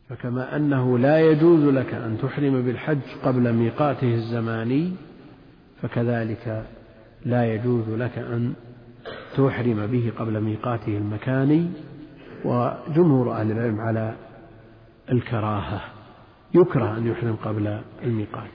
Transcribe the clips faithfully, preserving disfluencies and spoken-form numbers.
فكما أنه لا يجوز لك أن تحرم بالحج قبل ميقاته الزماني، فكذلك لا يجوز لك أن تحرم به قبل ميقاته المكاني. وجمهور أهل العلم على الكراهة، يكره أن يحرم قبل الميقات.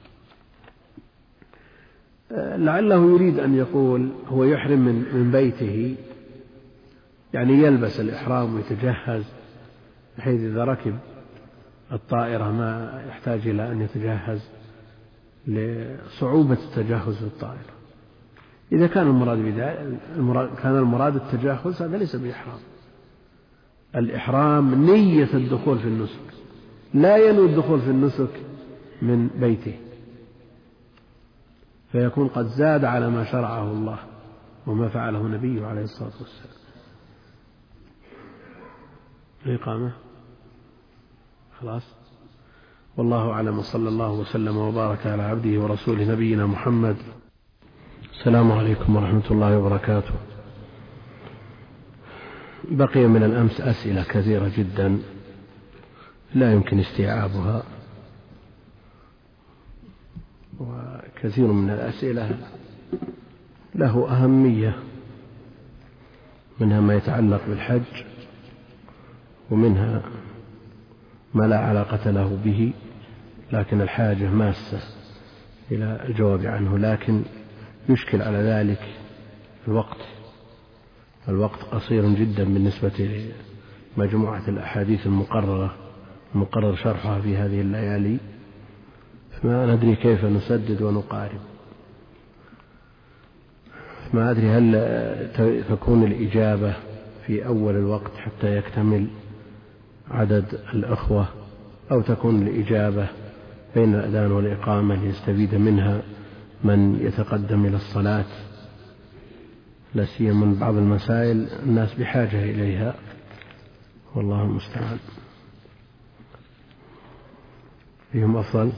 لعله يريد أن يقول هو يحرم من بيته، يعني يلبس الإحرام ويتجهز بحيث إذا ركب الطائرة ما يحتاج إلى أن يتجهز لصعوبة التجهز بالطائرة. إذا كان المراد بذلك كان المراد التجهز، هذا ليس بإحرام. الإحرام نية الدخول في النسك، لا ينوي الدخول في النسك من بيته، فيكون قد زاد على ما شرعه الله وما فعله نبيه عليه الصلاة والسلام. الإقامة خلاص. والله أعلم، وصلى الله وسلم وبارك على عبده ورسوله نبينا محمد. السلام عليكم ورحمة الله وبركاته. بقي من الأمس أسئلة كثيرة جدا لا يمكن استيعابها، وكثير من الأسئلة له أهمية، منها ما يتعلق بالحج، ومنها ما لا علاقة له به لكن الحاجة ماسة إلى الجواب عنه. لكن يشكل على ذلك الوقت الوقت قصير جدا بالنسبة لمجموعة الأحاديث المقررة المقرر شرحها في هذه الليالي، فما ندري كيف نسدد ونقارب. ما أدري هل تكون الإجابة في أول الوقت حتى يكتمل عدد الأخوة، أو تكون الإجابة بين الأذان والإقامة ليستفيد منها من يتقدم إلى الصلاة، لا سيما من بعض المسائل الناس بحاجة إليها، والله المستعان. فيهم أفضل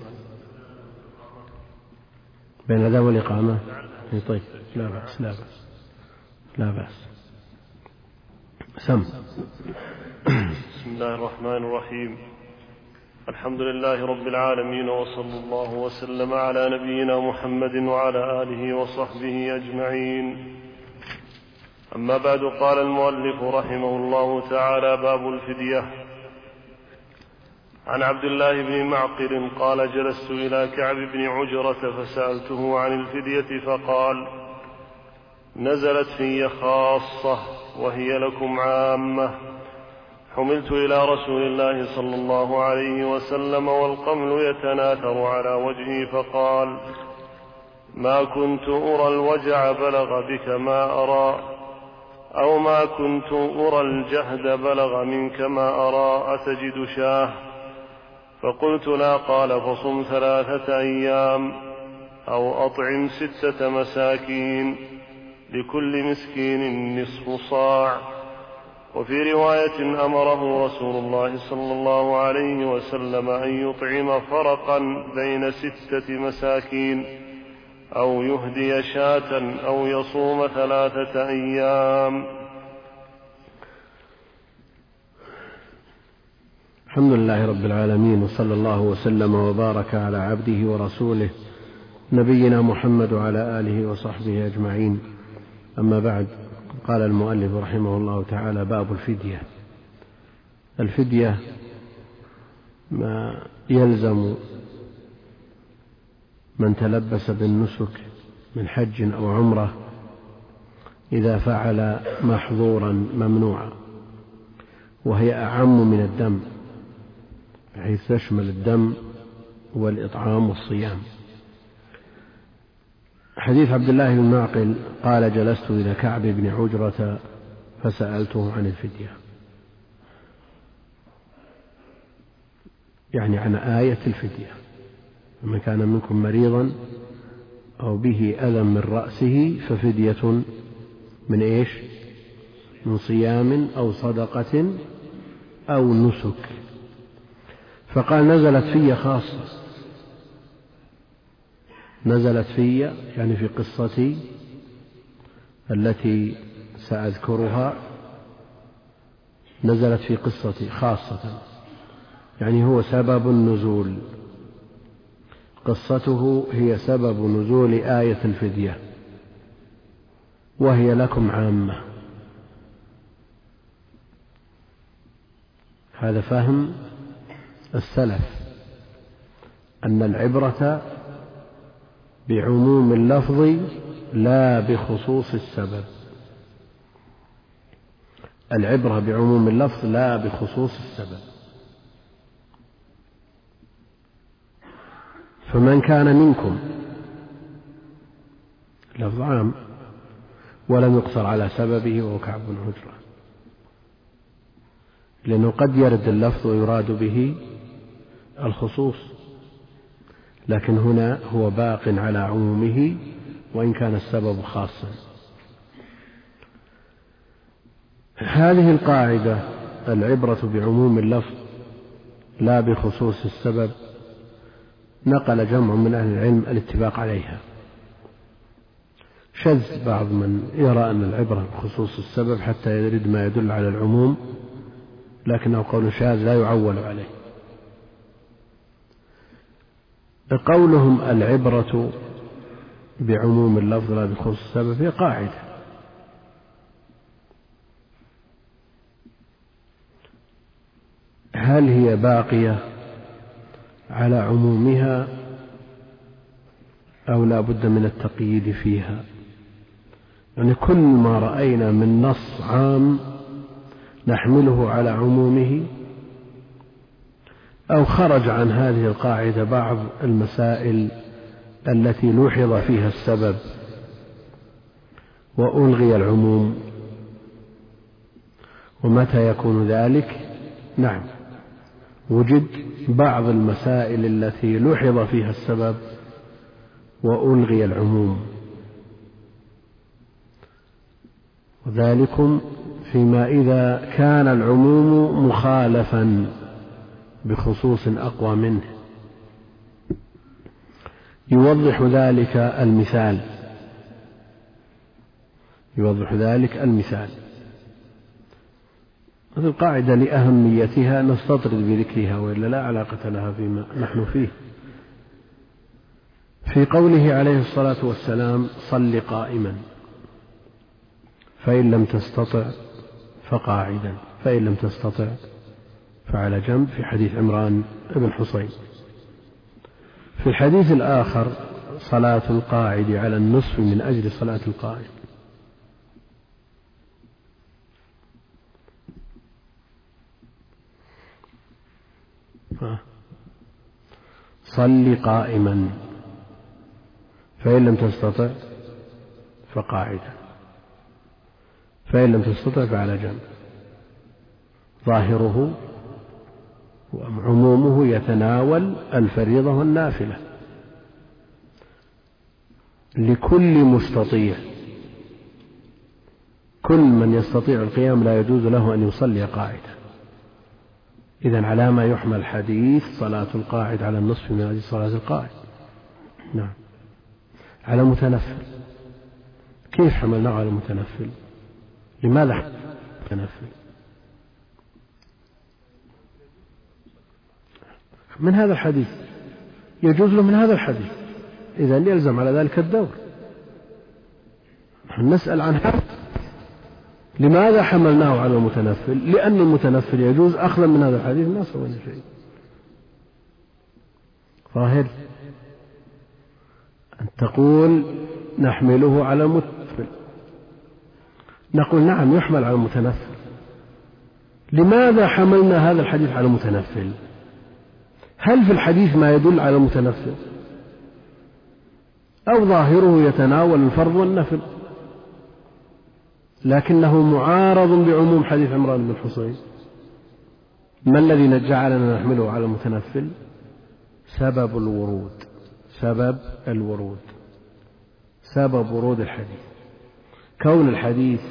بين الأذان والإقامة؟ طيب، لا بأس لا بأس لا بأس. سم. بسم الله الرحمن الرحيم. الحمد لله رب العالمين، وصلى الله وسلم على نبينا محمد وعلى آله وصحبه أجمعين. أما بعد، قال المؤلف رحمه الله تعالى: باب الفدية. عن عبد الله بن معقل قال: جلست إلى كعب بن عجرة فسألته عن الفدية فقال: نزلت في خاصة وهي لكم عامة. حملت إلى رسول الله صلى الله عليه وسلم والقمل يتناثر على وجهي فقال: ما كنت أرى الوجع بلغ بك ما أرى، أو ما كنت أرى الجهد بلغ منك ما أرى، أتجد شاه؟ فقلت لا. قال: فصم ثلاثة أيام أو أطعم ستة مساكين، لكل مسكين نصف صاع. وفي رواية: أمره رسول الله صلى الله عليه وسلم أن يطعم فرقا بين ستة مساكين، أو يهدي شاة، أو يصوم ثلاثة أيام. الحمد لله رب العالمين، وصلى الله وسلم وبارك على عبده ورسوله نبينا محمد وعلى آله وصحبه أجمعين. أما بعد، قال المؤلف رحمه الله تعالى: باب الفدية. الفدية ما يلزم من تلبس بالنسك من حج أو عمرة إذا فعل محظورا ممنوعا، وهي أعم من الدم، بحيث تشمل الدم والإطعام والصيام. حديث عبد الله بن معقل قال: جلست إلى كعب بن عجرة فسألته عن الفدية، يعني عن آية الفدية: من كان منكم مريضا أو به أذى من رأسه ففدية من إيش؟ من صيام أو صدقة أو نسك. فقال: نزلت في خاصة. نزلت في يعني في قصتي التي سأذكرها، نزلت في قصتي خاصة، يعني هو سبب النزول، قصته هي سبب نزول آية الفدية، وهي لكم عامة. هذا فهم السلف، أن العبرة بعموم اللفظ لا بخصوص السبب. العبرة بعموم اللفظ لا بخصوص السبب. فمن كان منكم، لفظ عام ولم يقصر على سببه وهو كعب بن عجرة، لأنه قد يرد اللفظ ويراد به الخصوص، لكن هنا هو باق على عمومه وإن كان السبب خاصا. هذه القاعدة العبرة بعموم اللفظ لا بخصوص السبب نقل جمع من أهل العلم الاتفاق عليها. شذ بعض من يرى أن العبرة بخصوص السبب حتى يرد ما يدل على العموم، لكنه قول شاذ لا يعول عليه. قولهم العبرة بعموم اللفظ لا بخصوص السبب هي قاعدة، هل هي باقية على عمومها أو لا بد من التقييد فيها؟ يعني كل ما رأينا من نص عام نحمله على عمومه، أو خرج عن هذه القاعدة بعض المسائل التي لوحظ فيها السبب وألغي العموم. ومتى يكون ذلك؟ نعم، وجد بعض المسائل التي لوحظ فيها السبب وألغي العموم، وذلكم فيما إذا كان العموم مخالفا بخصوص أقوى منه. يوضح ذلك المثال يوضح ذلك المثال هذه القاعدة لأهميتها نستطرد بذكرها، وإلا لا علاقة لها فيما نحن فيه. في قوله عليه الصلاة والسلام صل قائما، فإن لم تستطع فقاعدا، فإن لم تستطع فعلى جنب، في حديث عمران بن حصين. في الحديث الآخر صلاة القاعد على النصف من أجل صلاة القائم. صل قائما، فإن لم تستطع فقاعدا، فإن لم تستطع فعلى جنب. ظاهره وعمومه يتناول الفريضة والنافلة لكل مستطيع. كل من يستطيع القيام لا يجوز له أن يصلي قاعدا. إذن على ما يحمل حديث صلاة القاعد على النصف من أجل صلاة القائم؟ نعم، على متنفل. كيف حملناه على المتنفل؟ لماذا حملناه على المتنفل؟ من هذا الحديث، يجوز له من هذا الحديث، إذن يلزم على ذلك الدور. نسأل عن هذا، لماذا حملناه على المتنفل؟ لأن المتنفل يجوز أخذا من هذا الحديث، ما سوينا شيء. ظاهر أن تقول نحمله على المتنفل، نقول نعم يحمل على المتنفل. لماذا حملنا هذا الحديث على المتنفل؟ هل في الحديث ما يدل على المتنفل، أو ظاهره يتناول الفرض والنفل لكنه معارض بعموم حديث عمران بن حصين؟ ما الذي جعلنا نحمله على المتنفل؟ سبب الورود سبب الورود سبب ورود الحديث. كون الحديث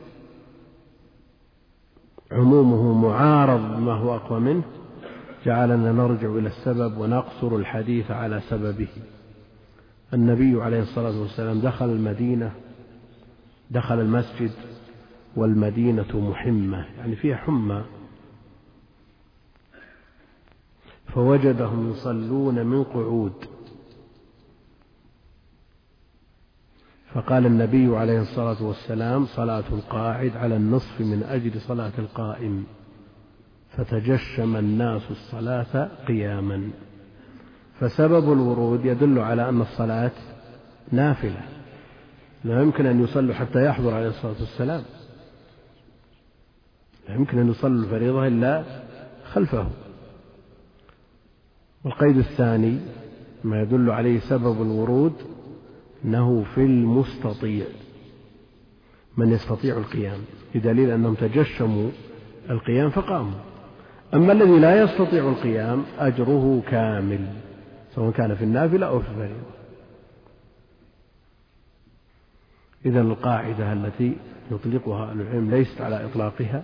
عمومه معارض ما هو أقوى منه جعلنا نرجع إلى السبب ونقصر الحديث على سببه. النبي عليه الصلاة والسلام دخل المدينة دخل المسجد والمدينة محمة، يعني فيها حمى، فوجدهم يصلون من قعود، فقال النبي عليه الصلاة والسلام: صلاة القاعد على النصف من أجل صلاة القائم، فتجشم الناس الصلاة قياما. فسبب الورود يدل على أن الصلاة نافلة، لا يمكن أن يصلوا حتى يحضر عليه الصلاة والسلام، لا يمكن أن يصلوا الفريضة إلا خلفه. والقيد الثاني ما يدل عليه سبب الورود أنه في المستطيع من يستطيع القيام، بدليل أنهم تجشموا القيام فقاموا. أما الذي لا يستطيع القيام أجره كامل، سواء كان في النافلة أو في الفريضة. إذن القاعدة التي يطلقها العلم ليست على إطلاقها،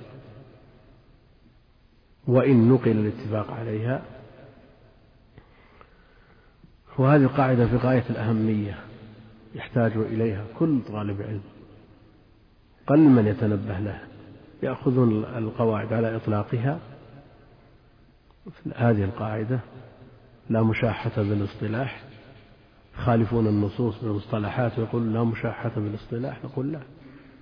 وإن نقل الاتفاق عليها. وهذه القاعدة في غاية الأهمية، يحتاج إليها كل طالب علم، قل من يتنبه له. يأخذون القواعد على إطلاقها. هذه القاعدة لا مشاحة بالاصطلاح، يخالفون النصوص بالمصطلحات ويقول لا مشاحة بالاصطلاح، نقول لا.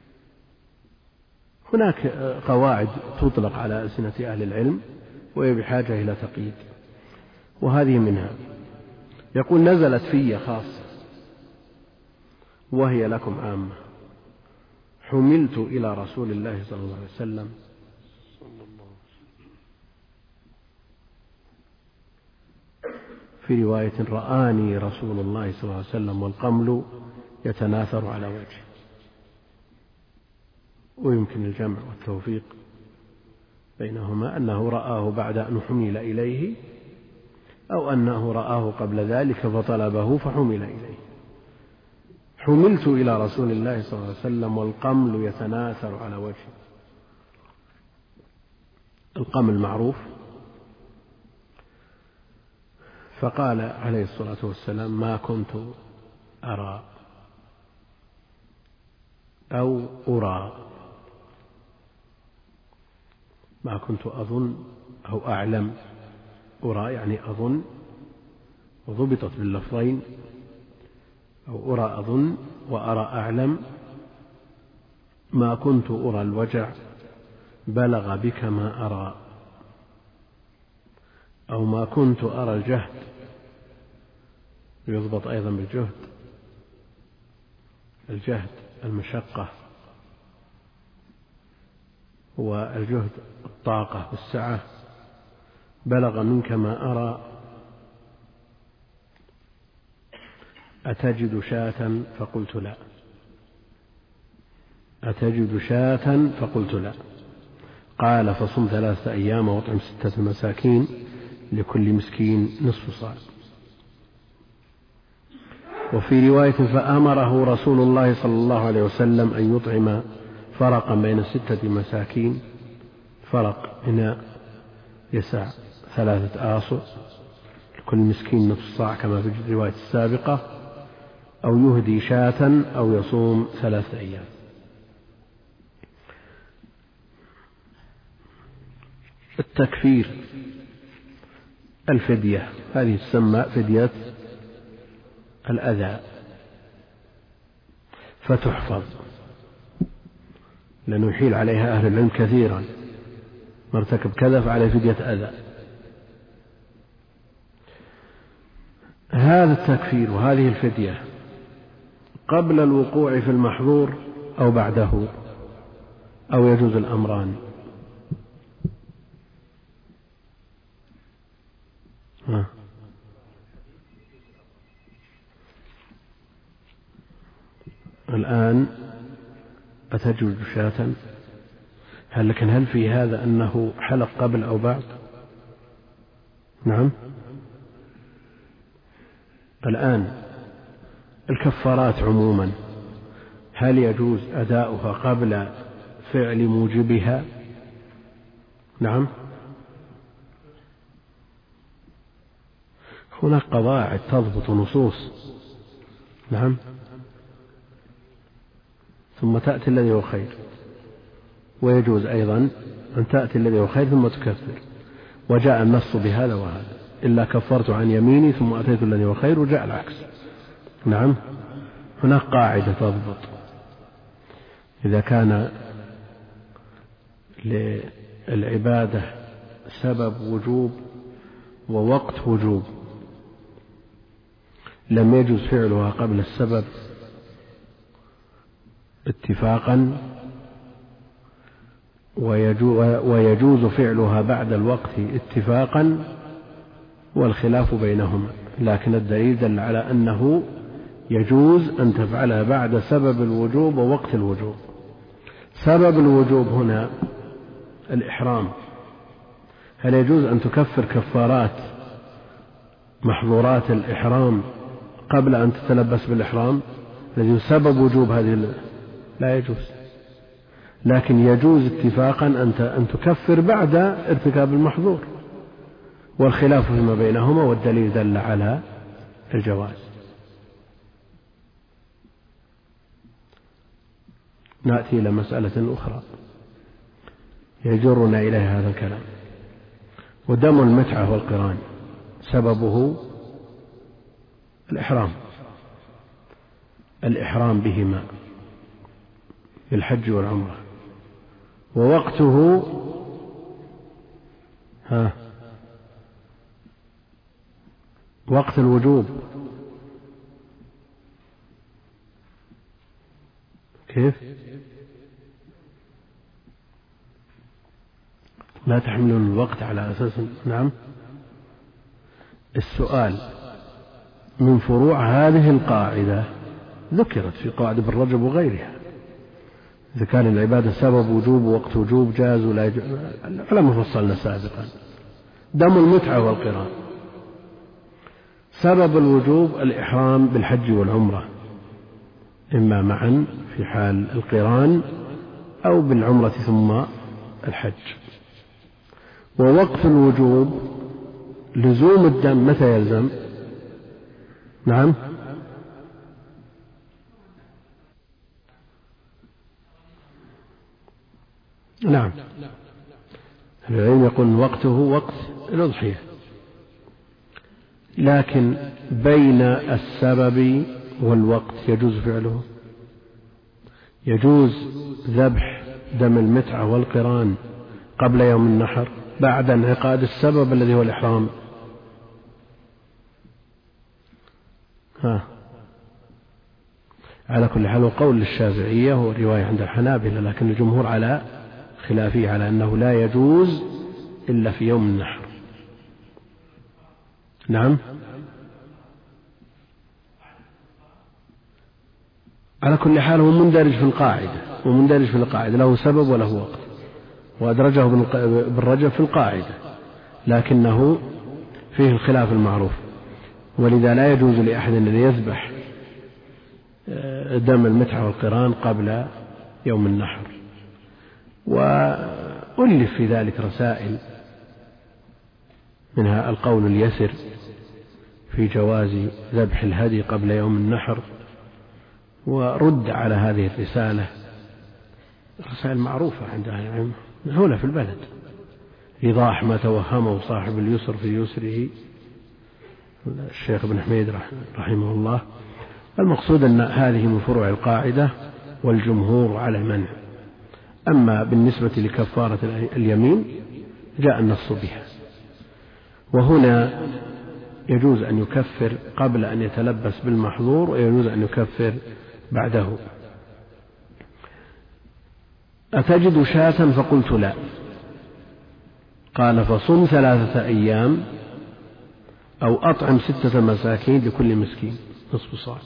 هناك قواعد تطلق على ألسنة أهل العلم وهي بحاجة إلى تقييد، وهذه منها. يقول: نزلت في خاصة وهي لكم عامة، حملت إلى رسول الله صلى الله عليه وسلم في رواية: رآني رسول الله صلى الله عليه وسلم والقمل يتناثر على وجهه. ويمكن الجمع والتوفيق بينهما، أنه رآه بعد أن حمل إليه، أو أنه رآه قبل ذلك فطلبه فحمل إليه. حملت إلى رسول الله صلى الله عليه وسلم والقمل يتناثر على وجهه. القمل معروف. فقال عليه الصلاة والسلام: ما كنت أرى أو أرى، ما كنت أظن أو أعلم، أرى يعني أظن، وضبطت باللفظين، أو أرى أظن وأرى أعلم. ما كنت أرى الوجع بلغ بك ما أرى، أو ما كنت أرى الجهد، يضبط أيضا بالجهد، الجهد المشقة، والجهد الطاقة والسعة. بلغ منك ما أرى. أتجد شاة؟ فقلت لا. أتجد شاة؟ فقلت لا. قال: فصم ثلاثة أيام واطعم ستة مساكين لكل مسكين نصف صاع. وفي رواية: فأمره رسول الله صلى الله عليه وسلم أن يطعم فرقا بين ستة مساكين، فرق إناء يسع ثلاثة آصع، لكل مسكين نصف صاع كما في الرواية السابقة، أو يهدي شاة، أو يصوم ثلاثة أيام. التكفير، الفدية، هذه تسمى فدية الأذى، فتحفظ، لأنه يحيل عليها أهل العلم كثيرا: مرتكب كذا فعليه فدية أذى. هذا التكفير وهذه الفدية قبل الوقوع في المحظور أو بعده، أو يجوز الأمران. ها. الآن أتجد شاة، هل لكن هل في هذا أنه حلق قبل أو بعد؟ نعم. الآن الكفارات عموما هل يجوز أداؤها قبل فعل موجبها؟ نعم. هناك قواعد تضبط نصوص. نعم. ثم تأتي الذي هو خير، ويجوز أيضا أن تأتي الذي هو خير ثم تكفر، وجاء النص بهذا وهذا. إلا كفرت عن يميني ثم أتيت الذي هو خير، وجاء العكس. نعم، هناك قاعدة تضبط: إذا كان للعبادة سبب وجوب ووقت وجوب لم يجوز فعلها قبل السبب اتفاقا، ويجوز فعلها بعد الوقت اتفاقا، والخلاف بينهما. لكن الدليل دل على أنه يجوز أن تفعلها بعد سبب الوجوب ووقت الوجوب. سبب الوجوب هنا الإحرام. هل يجوز أن تكفر كفارات محظورات الإحرام قبل أن تتلبس بالإحرام الذي سبب وجوب هذه؟ لا يجوز. لكن يجوز اتفاقا أن تكفر بعد ارتكاب المحظور، والخلاف فيما بينهما، والدليل دل على الجواز. نأتي إلى مسألة أخرى يجرنا إليها هذا الكلام: ودم المتعة والقران سببه الإحرام، الإحرام بهما بالحج والعمرة، ووقته ها وقت الوجوب. كيف؟ لا تحملون الوقت على أساس. نعم، السؤال من فروع هذه القاعدة ذكرت في قواعد ابن رجب وغيرها. إذا كان العبادة سبب وجوب ووقت وجوب جاز ولا يجوز، على ما فصلنا سابقا. دم المتعة والقران سبب الوجوب الإحرام بالحج والعمرة، إما معا في حال القران أو بالعمرة ثم الحج. ووقت الوجوب لزوم الدم متى يلزم؟ نعم، نعم، العلم يقول وقته وقت الأضحية، لكن بين السبب والوقت يجوز فعله. يجوز ذبح دم المتعة والقران قبل يوم النحر بعد انعقاد السبب الذي هو الإحرام. ها. على كل حال وقول للشافعية هو رواية عند الحنابلة، لكن الجمهور على خلافه، على أنه لا يجوز إلا في يوم النحر. نعم، على كل حال هو مندرج في القاعدة، ومندرج في القاعدة له سبب وله وقت، وأدرجه ابن رجب في القاعدة، لكنه فيه الخلاف المعروف. ولذا لا يجوز لأحد أن يذبح دم المتعة والقران قبل يوم النحر. وألف في ذلك رسائل، منها القول اليسر في جواز ذبح الهدي قبل يوم النحر، ورد على هذه الرسالة رسائل معروفة عند أهل العلم هنا في البلد، إيضاح ما توهمه صاحب اليسر في يسره الشيخ ابن حميد رحمه الله. المقصود أن هذه من فروع القاعدة، والجمهور على المنع. أما بالنسبة لكفارة اليمين جاء النص بها، وهنا يجوز أن يكفر قبل أن يتلبس بالمحظور، ويجوز أن يكفر بعده. أتجد شاة؟ فقلت لا. قال فصم ثلاثة أيام أو أطعم ستة مساكين لكل مسكين نصف صاع.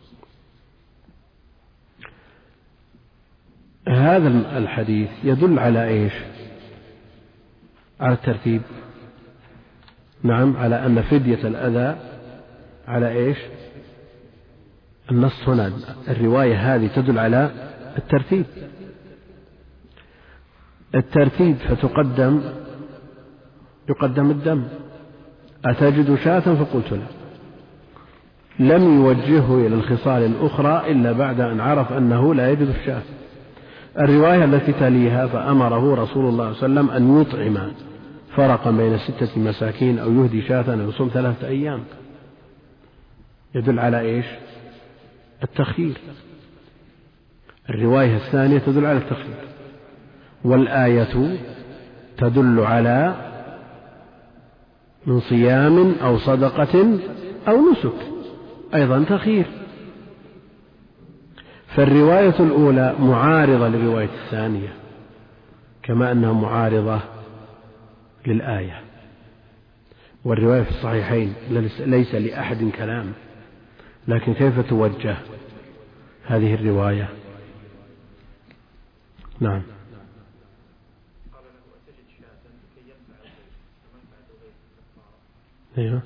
هذا الحديث يدل على إيش؟ على الترتيب. نعم، على أن فدية الأذى على إيش؟ النص هنا الرواية هذه تدل على الترتيب الترتيب فتقدم يقدم الدم. أتجد شاة؟ فقلت لا. لم يوجهه إلى الخصال الأخرى إلا بعد أن عرف أنه لا يجد الشاة. الرواية التي تليها فأمره رسول الله صلى الله عليه وسلم أن يطعم فرقا بين ستة مساكين أو يهدي شاة أو يصوم ثلاثة أيام، يدل على إيش؟ التخيير. الرواية الثانية تدل على التخيير، والآية تدل على من صيام أو صدقة أو نسك، أيضا تخيير. فالرواية الأولى معارضة للرواية الثانية كما أنها معارضة للآية. والرواية في الصحيحين ليس لأحد كلام، لكن كيف توجه هذه الرواية؟ نعم. أيوه.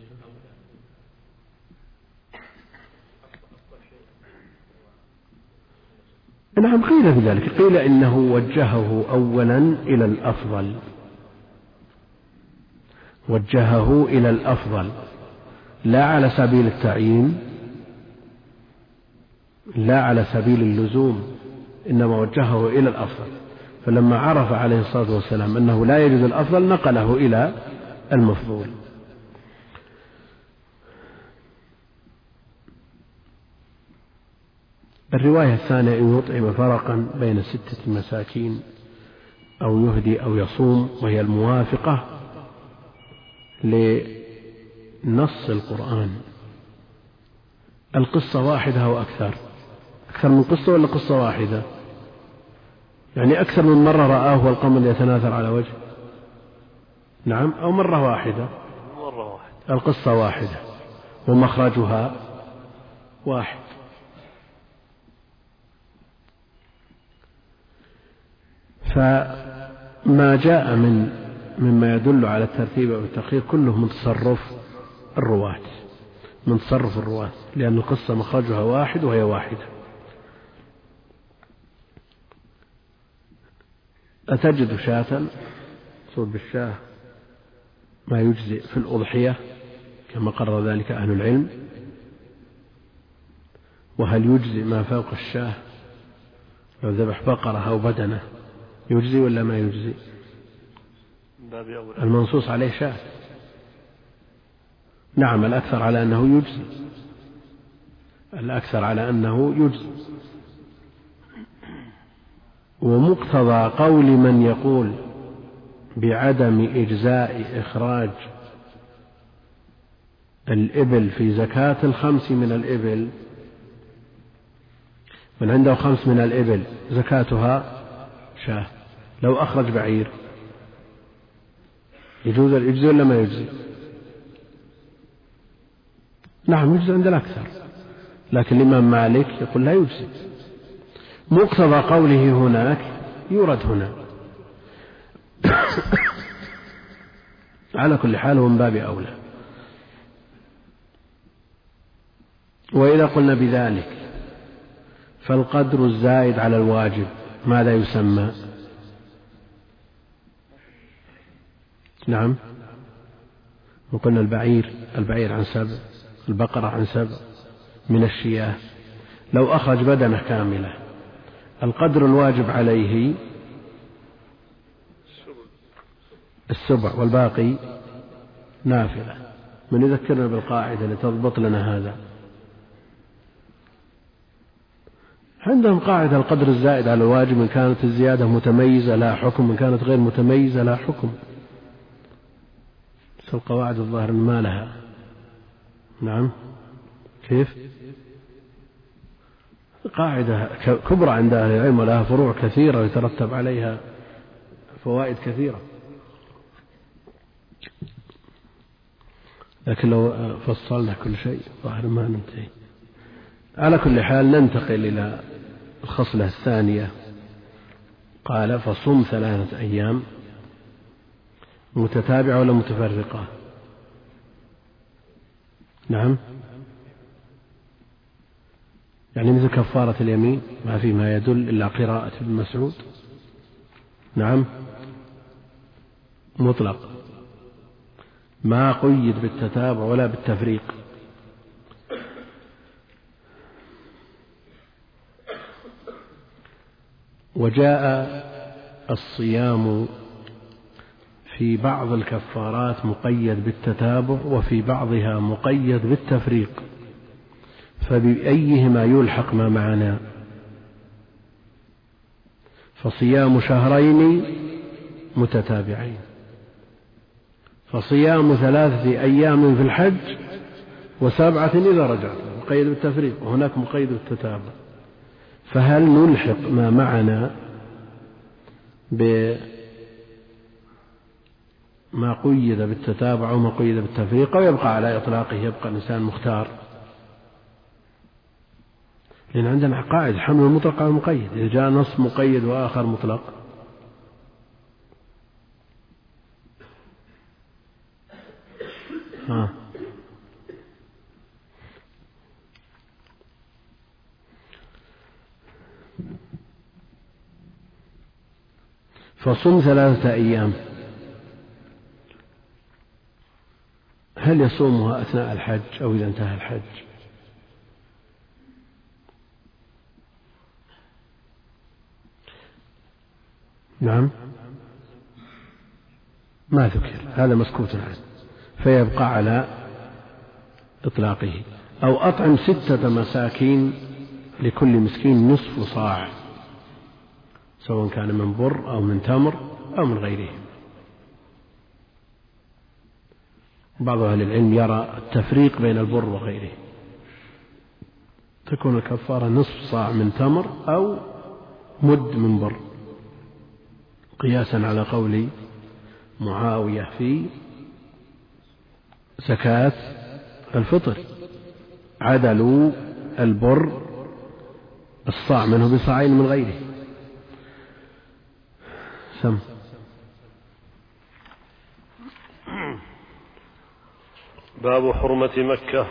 نعم، قيل بذلك، قيل إنه وجهه أولا إلى الأفضل، وجهه إلى الأفضل لا على سبيل التعيين، لا على سبيل اللزوم، إنما وجهه إلى الأفضل. فلما عرف عليه الصلاة والسلام أنه لا يجوز الأفضل نقله إلى المفضول. الرواية الثانية أن يطعم فرقا بين ستة مساكين أو يهدي أو يصوم، وهي الموافقة لنص القرآن. القصة واحدة وأكثر، أكثر من قصة ولا قصة واحدة؟ يعني أكثر من مرة رآه والقمر يتناثر على وجه، نعم، أو مرة واحدة؟ مرة واحدة. القصة واحدة ومخرجها واحد. فما جاء من مما يدل على الترتيب أو التخيير كله من تصرف الرواة، من تصرف الرواة، لأن القصة مخرجها واحد وهي واحدة. أتجد شاة صوب بالشاه ما يجزئ في الأضحية كما قرر ذلك أهل العلم؟ وهل يجزئ ما فوق الشاه لو ذبح بقرة أو بدنة يجزي ولا ما يجزي؟ المنصوص عليه شاة. نعم، الأكثر على أنه يجزي، الأكثر على أنه يجزي. ومقتضى قول من يقول بعدم إجزاء إخراج الإبل في زكاة الخمس من الإبل، من عنده خمس من الإبل زكاتها شاة، لو أخرج بعير يجوز يجزي ولا ما يجزي؟ نعم يجزي عند الأكثر، لكن الإمام مالك يقول لا يجزي. مقتضى قوله هناك يورد هنا. على كل حال هو من باب أولى. وإذا قلنا بذلك فالقدر الزائد على الواجب ماذا يسمى؟ نعم، وقلنا البعير البعير عن سبع، البقرة عن سبع من الشياه. لو أخرج بدنة كاملة القدر الواجب عليه السبع والباقي نافلة. من يذكرنا بالقاعدة لتضبط لنا هذا؟ عندهم قاعدة القدر الزائد على الواجب من كانت الزيادة متميزة لا حكم، من كانت غير متميزة لا حكم. بس القواعد الظاهر ما لها. نعم، كيف؟ قاعدة كبرى عند أهل العلم ولها فروع كثيرة ويترتب عليها فوائد كثيرة، لكن لو فصلنا كل شيء ظاهر ما ننتهي. على كل حال ننتقل إلى الخصلة الثانية. قال فصم ثلاثة أيام متتابعة ولا متفرقة؟ نعم، يعني مثل كفارة اليمين ما في ما يدل إلا قراءة ابن مسعود. نعم، مطلق ما قيد بالتتابع ولا بالتفريق. وجاء الصيام في بعض الكفارات مقيد بالتتابع وفي بعضها مقيد بالتفريق، فبأيهما يلحق ما معنا؟ فصيام شهرين متتابعين، فصيام ثلاثة أيام في الحج وسبعة إذا رجعت، مقيد بالتفريق، وهناك مقيد بالتتابع. فهل نلحق ما معنا بما قيد بالتتابع وما قيد بالتفريق، أو يبقى على إطلاقه، يبقى الإنسان مختار؟ لأن عندنا قاعدة حمل المطلق على المقيد، إذا جاء نص مقيد وآخر مطلق. ها. فصم ثلاثة أيام، هل يصومها أثناء الحج أو إذا انتهى الحج؟ نعم، ما ذكر، هذا مسكوت عنه، فيبقى على إطلاقه. أو أطعم ستة مساكين لكل مسكين نصف صاع، سواء كان من بر أو من تمر أو من غيره. بعض أهل العلم يرى التفريق بين البر وغيره، تكون الكفارة نصف صاع من تمر أو مد من بر، قياسا على قول معاوية في زكاة الفطر، عدلوا البر الصاع منه بصاعين من غيره. سم. باب حرمة مكة.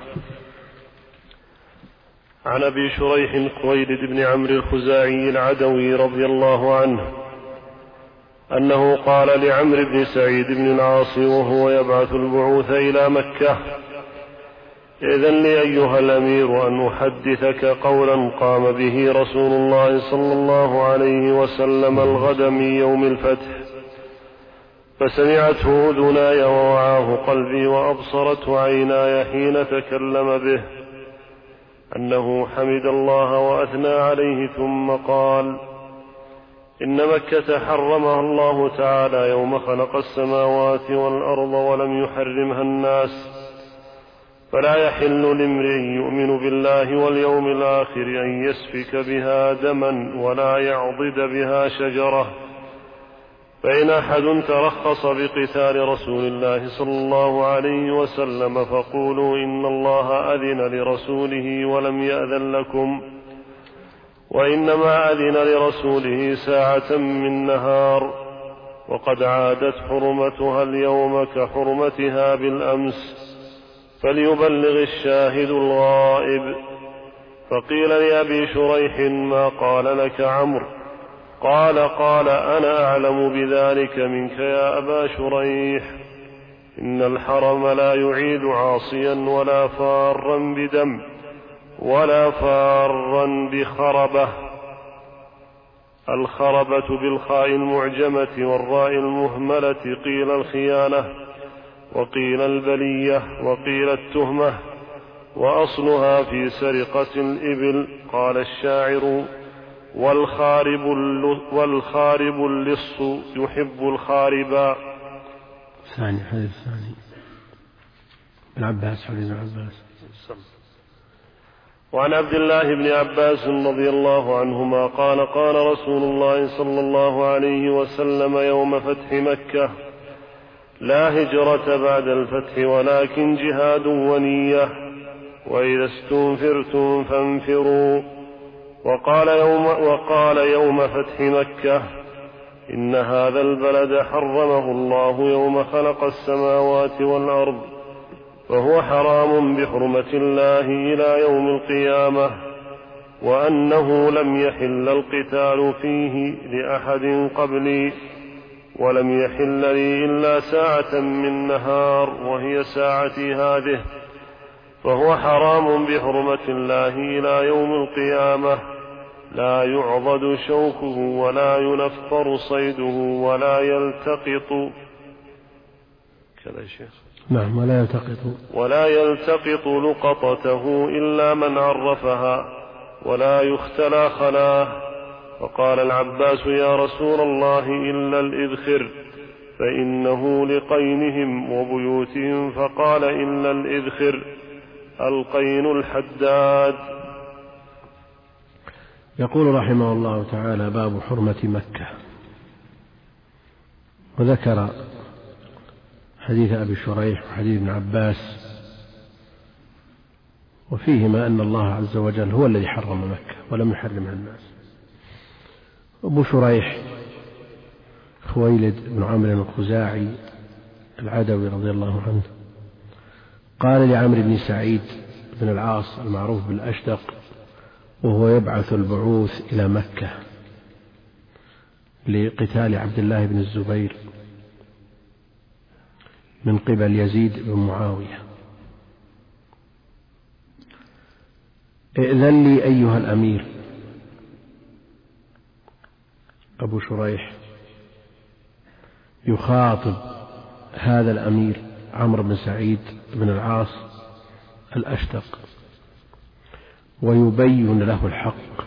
عن أبي شريح خويلد بن عمرو الخزاعي العدوي رضي الله عنه أنه قال لعمرو بن سعيد بن العاص وهو يبعث البعوث إلى مكة: إذن لي أيها الأمير أن أحدثك قولا قام به رسول الله صلى الله عليه وسلم الغد من يوم الفتح، فسمعته أذناي ووعاه قلبي وأبصرته عيناي حين تكلم به، أنه حمد الله وأثنى عليه ثم قال: إن مكة حرمها الله تعالى يوم خلق السماوات والأرض ولم يحرمها الناس، فلا يحل لامرئ يؤمن بالله واليوم الآخر أن يسفك بها دما ولا يعضد بها شجرة. فإن أحد ترخص بقتال رسول الله صلى الله عليه وسلم فقولوا إن الله أذن لرسوله ولم يأذن لكم، وإنما أذن لرسوله ساعة من نهار، وقد عادت حرمتها اليوم كحرمتها بالأمس، فليبلغ الشاهد الغائب. فقيل لأبي شريح: ما قال لك عمرو؟ قال: قال: أنا أعلم بذلك منك يا أبا شريح. إن الحرم لا يعيد عاصيا ولا فارا بدم ولا فارا بخربة. الخربة بالخاء المعجمة والراء المهملة قيل الخيانة وقيل البلية وقيل التهمة، وأصلها في سرقة الإبل. قال الشاعر: والخارب, والخارب اللص يحب الخاربا. ثاني حديث ثاني ابن عباس حديث ابن عباس. وعن عبد الله بن عباس رضي الله عنهما قال: قال رسول الله صلى الله عليه وسلم يوم فتح مكة: لا هجرة بعد الفتح ولكن جهاد ونية، وإذا استنفرتم فانفروا. وقال يوم, وقال يوم فتح مكة: إن هذا البلد حرمه الله يوم خلق السماوات والأرض، فهو حرام بحرمة الله إلى يوم القيامة، وأنه لم يحل القتال فيه لأحد قبلي، ولم يحل لي إلا ساعة من نهار وهي ساعتي هذه، فهو حرام بحرمة الله إلى يوم القيامة، لا يعضد شوكه ولا ينفر صيده ولا يلتقط كذا يا شيخ. نعم. ولا يلتقط ولا يلتقط لقطته إلا من عرفها ولا يختلى خلاه. فقال العباس يا رسول الله إلا الإذخر فإنه لقينهم وبيوتهم. فقال إلا الإذخر القين الحداد. يقول رحمه الله تعالى باب حرمة مكة. وذكر حديث أبي شريح وحديث ابن عباس وفيهما أن الله عز وجل هو الذي حرم مكة ولم يحرمها الناس. أبو شريح خويلد بن عمرو الخزاعي العدوي رضي الله عنه قال لعمرو بن سعيد بن العاص المعروف بالأشدق وهو يبعث البعوث إلى مكة لقتال عبد الله بن الزبير من قبل يزيد بن معاوية: ائذن لي أيها الأمير. أبو شريح يخاطب هذا الأمير عمرو بن سعيد بن العاص الأشدق ويبين له الحق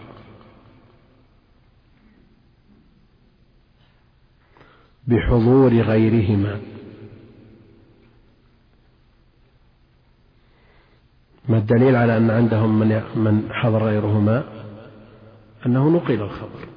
بحضور غيرهما. ما الدليل على أن عندهم من حضر غيرهما؟ أنه نقل الخبر،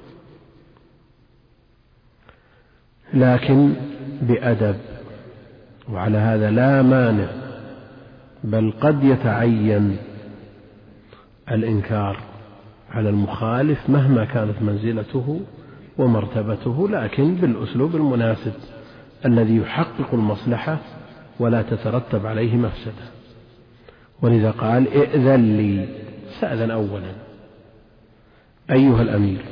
لكن بأدب. وعلى هذا لا مانع، بل قد يتعين الإنكار على المخالف مهما كانت منزلته ومرتبته، لكن بالأسلوب المناسب الذي يحقق المصلحة ولا تترتب عليه مفسدة. ولذا قال ائذن لي، سأذن أولا أيها الأمير.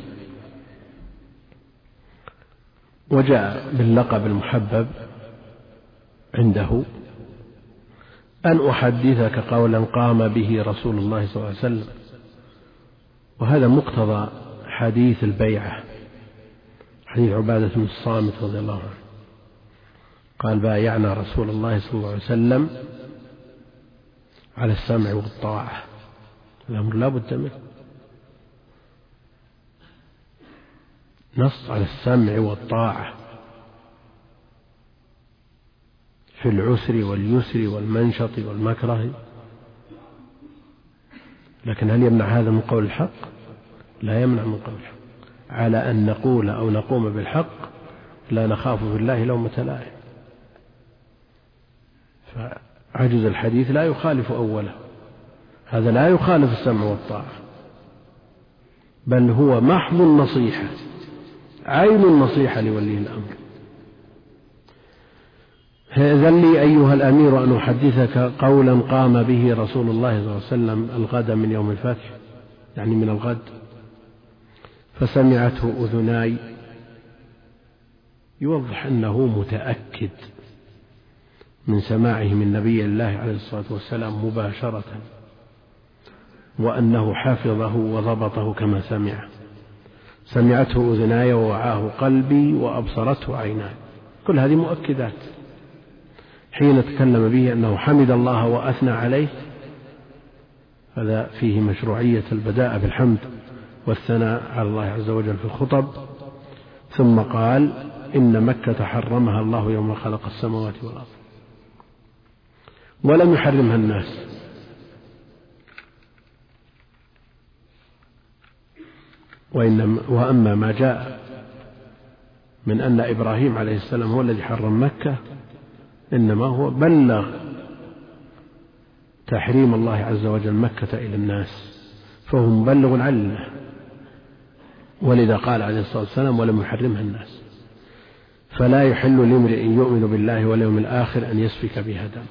وجاء باللقب المحبب عنده: أن أحدثك قولا قام به رسول الله صلى الله عليه وسلم. وهذا مقتضى حديث البيعة، حديث عبادة بن الصامت رضي الله عنه قال: بايعنا رسول الله صلى الله عليه وسلم على السمع والطاعة. الأمر لا بد منه، نص على السمع والطاعة في العسر واليسر والمنشط والمكره. لكن هل يمنع هذا من قول الحق؟ لا يمنع من قول الحق. على أن نقول أو نقوم بالحق لا نخاف في الله لومة لائم. فعجز الحديث لا يخالف أوله، هذا لا يخالف السمع والطاعة، بل هو محض النصيحة، عين النصيحة لولي الأمر. ائذن لي أيها الأمير أن أحدثك قولا قام به رسول الله صلى الله عليه وسلم الغد من يوم الفتح، يعني من الغد. فسمعته أذناي، يوضح أنه متأكد من سماعه من نبي الله عليه الصلاة والسلام مباشرة، وأنه حفظه وضبطه كما سمع. سمعته أذناي ووعاه قلبي وأبصرته عيناي. كل هذه مؤكدات. حين تكلم به أنه حمد الله وأثنى عليه، هذا فيه مشروعية البداء بالحمد والثناء على الله عز وجل في الخطب. ثم قال: إن مكة حرمها الله يوم خلق السماوات والأرض ولم يحرمها الناس. وإنما وأما ما جاء من أن إبراهيم عليه السلام هو الذي حرم مكة، إنما هو بلغ تحريم الله عز وجل مكة إلى الناس، فهو مبلغ عنه. ولذا قال عليه الصلاة والسلام: ولم يحرمها الناس. فلا يحل لامرئ يؤمن بالله واليوم الآخر أن يسفك بها دما.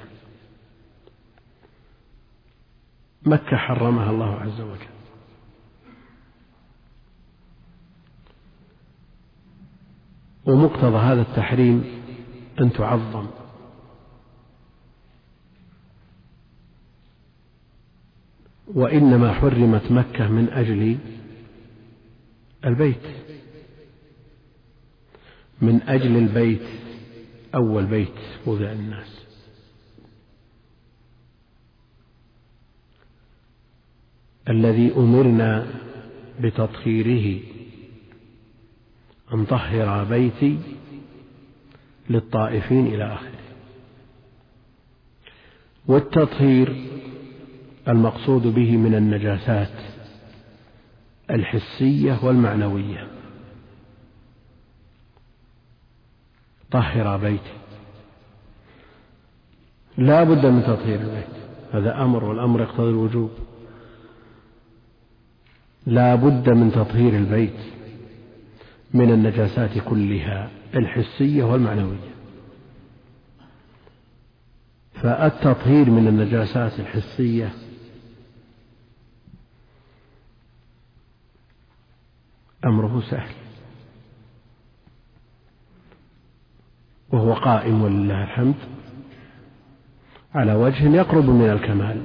مكة حرمها الله عز وجل، ومقتضى هذا التحريم أن تعظم. وإنما حرمت مكة من أجل البيت، من أجل البيت أول بيت وضع الناس. الذي أمرنا بتطهيره أن طهر بيتي للطائفين إلى آخره. والتطهير المقصود به من النجاسات الحسية والمعنوية. طهر بيتي، لا بد من تطهير البيت، هذا أمر، والأمر يقتضي الوجوب. لا بد من تطهير البيت من النجاسات كلها الحسية والمعنوية. فالتطهير من النجاسات الحسية أمره سهل، وهو قائم ولله الحمد على وجه يقرب من الكمال،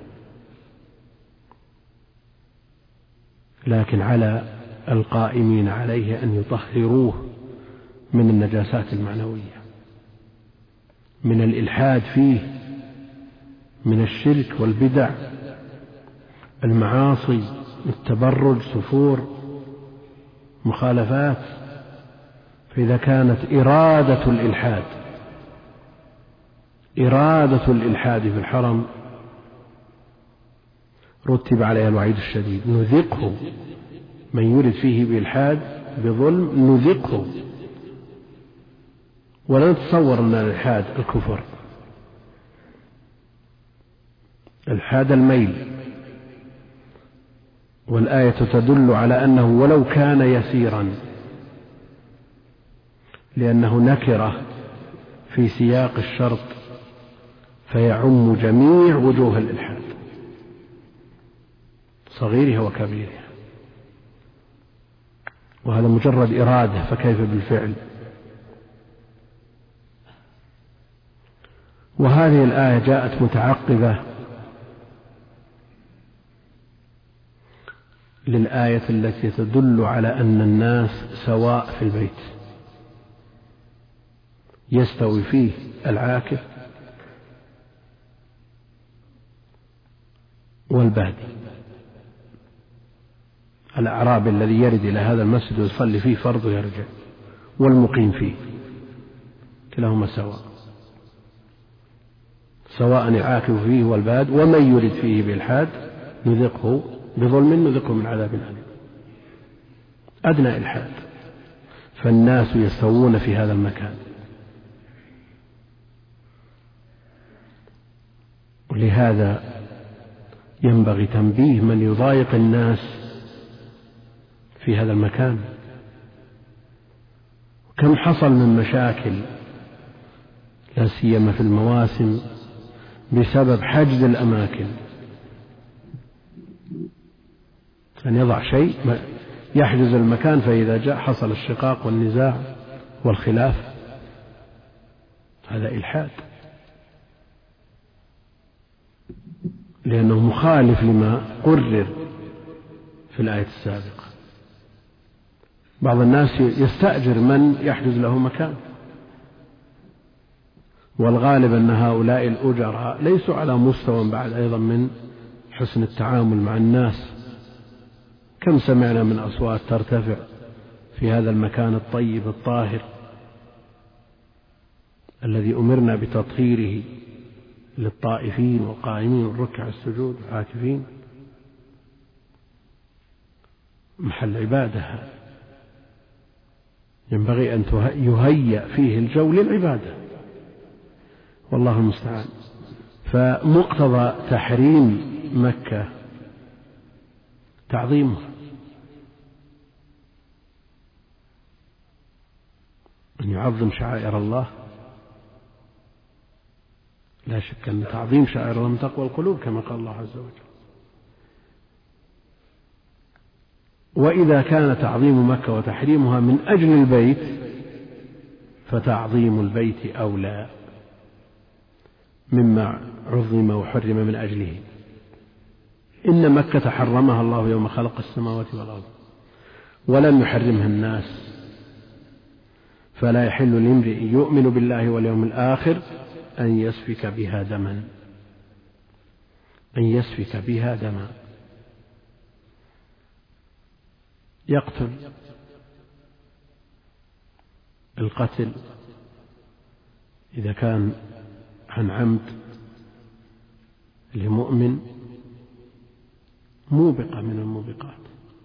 لكن على القائمين عليه أن يطهروه من النجاسات المعنوية، من الإلحاد فيه، من الشرك والبدع، المعاصي، التبرج، سفور، مخالفات. فإذا كانت إرادة الإلحاد إرادة الإلحاد في الحرم رتب عليها الوعيد الشديد، نذقه من يرد فيه بإلحاد بظلم نذقه. ولا نتصور أن الإلحاد الكفر، الإلحاد الميل، والآية تدل على أنه ولو كان يسيرا، لأنه نكرة في سياق الشرط فيعم جميع وجوه الإلحاد صغيرها وكبيرها، وهذا مجرد إرادة، فكيف بالفعل؟ وهذه الآية جاءت متعقبة للآية التي تدل على أن الناس سواء في البيت، يستوي فيه العاكف والبادي، الأعرابي الذي يرد إلى هذا المسجد ويصلي فيه فرض ويرجع، والمقيم فيه، كلاهما سواء، سواء العاكف فيه والباد. ومن يرد فيه بالحاد نذقه بظلم نذقه من عذاب أليم. أدنى إلحاد، فالناس يستوون في هذا المكان. ولهذا ينبغي تنبيه من يضايق الناس في هذا المكان. كم حصل من مشاكل لا سيما في المواسم بسبب حجز الأماكن، أن يضع شيء يحجز المكان، فإذا جاء حصل الشقاق والنزاع والخلاف، هذا إلحاد، لأنه مخالف لما قرر في الآية السابقة. بعض الناس يستأجر من يحجز له مكان، والغالب أن هؤلاء الأجراء ليسوا على مستوى بعد أيضا من حسن التعامل مع الناس. كم سمعنا من أصوات ترتفع في هذا المكان الطيب الطاهر الذي أمرنا بتطهيره للطائفين والقائمين والركع السجود والعاكفين، محل عبادة، ينبغي أن يهيأ فيه الجو للعبادة، والله المستعان. فمقتضى تحريم مكة تعظيمه، أن يعظم شعائر الله. لا شك أن تعظيم شعائر الله من تقوى القلوب كما قال الله عز وجل. وإذا كان تعظيم مكة وتحريمها من أجل البيت فتعظيم البيت أولى مما عظم وحرم من أجله. إن مكة حرمها الله يوم خلق السماوات والأرض ولم يحرمها الناس، فلا يحل لامرئ يؤمن بالله واليوم الآخر أن يسفك بها دما أن يسفك بها دما يقتل القتل إذا كان عن عمد لمؤمن موبقة من الموبقات،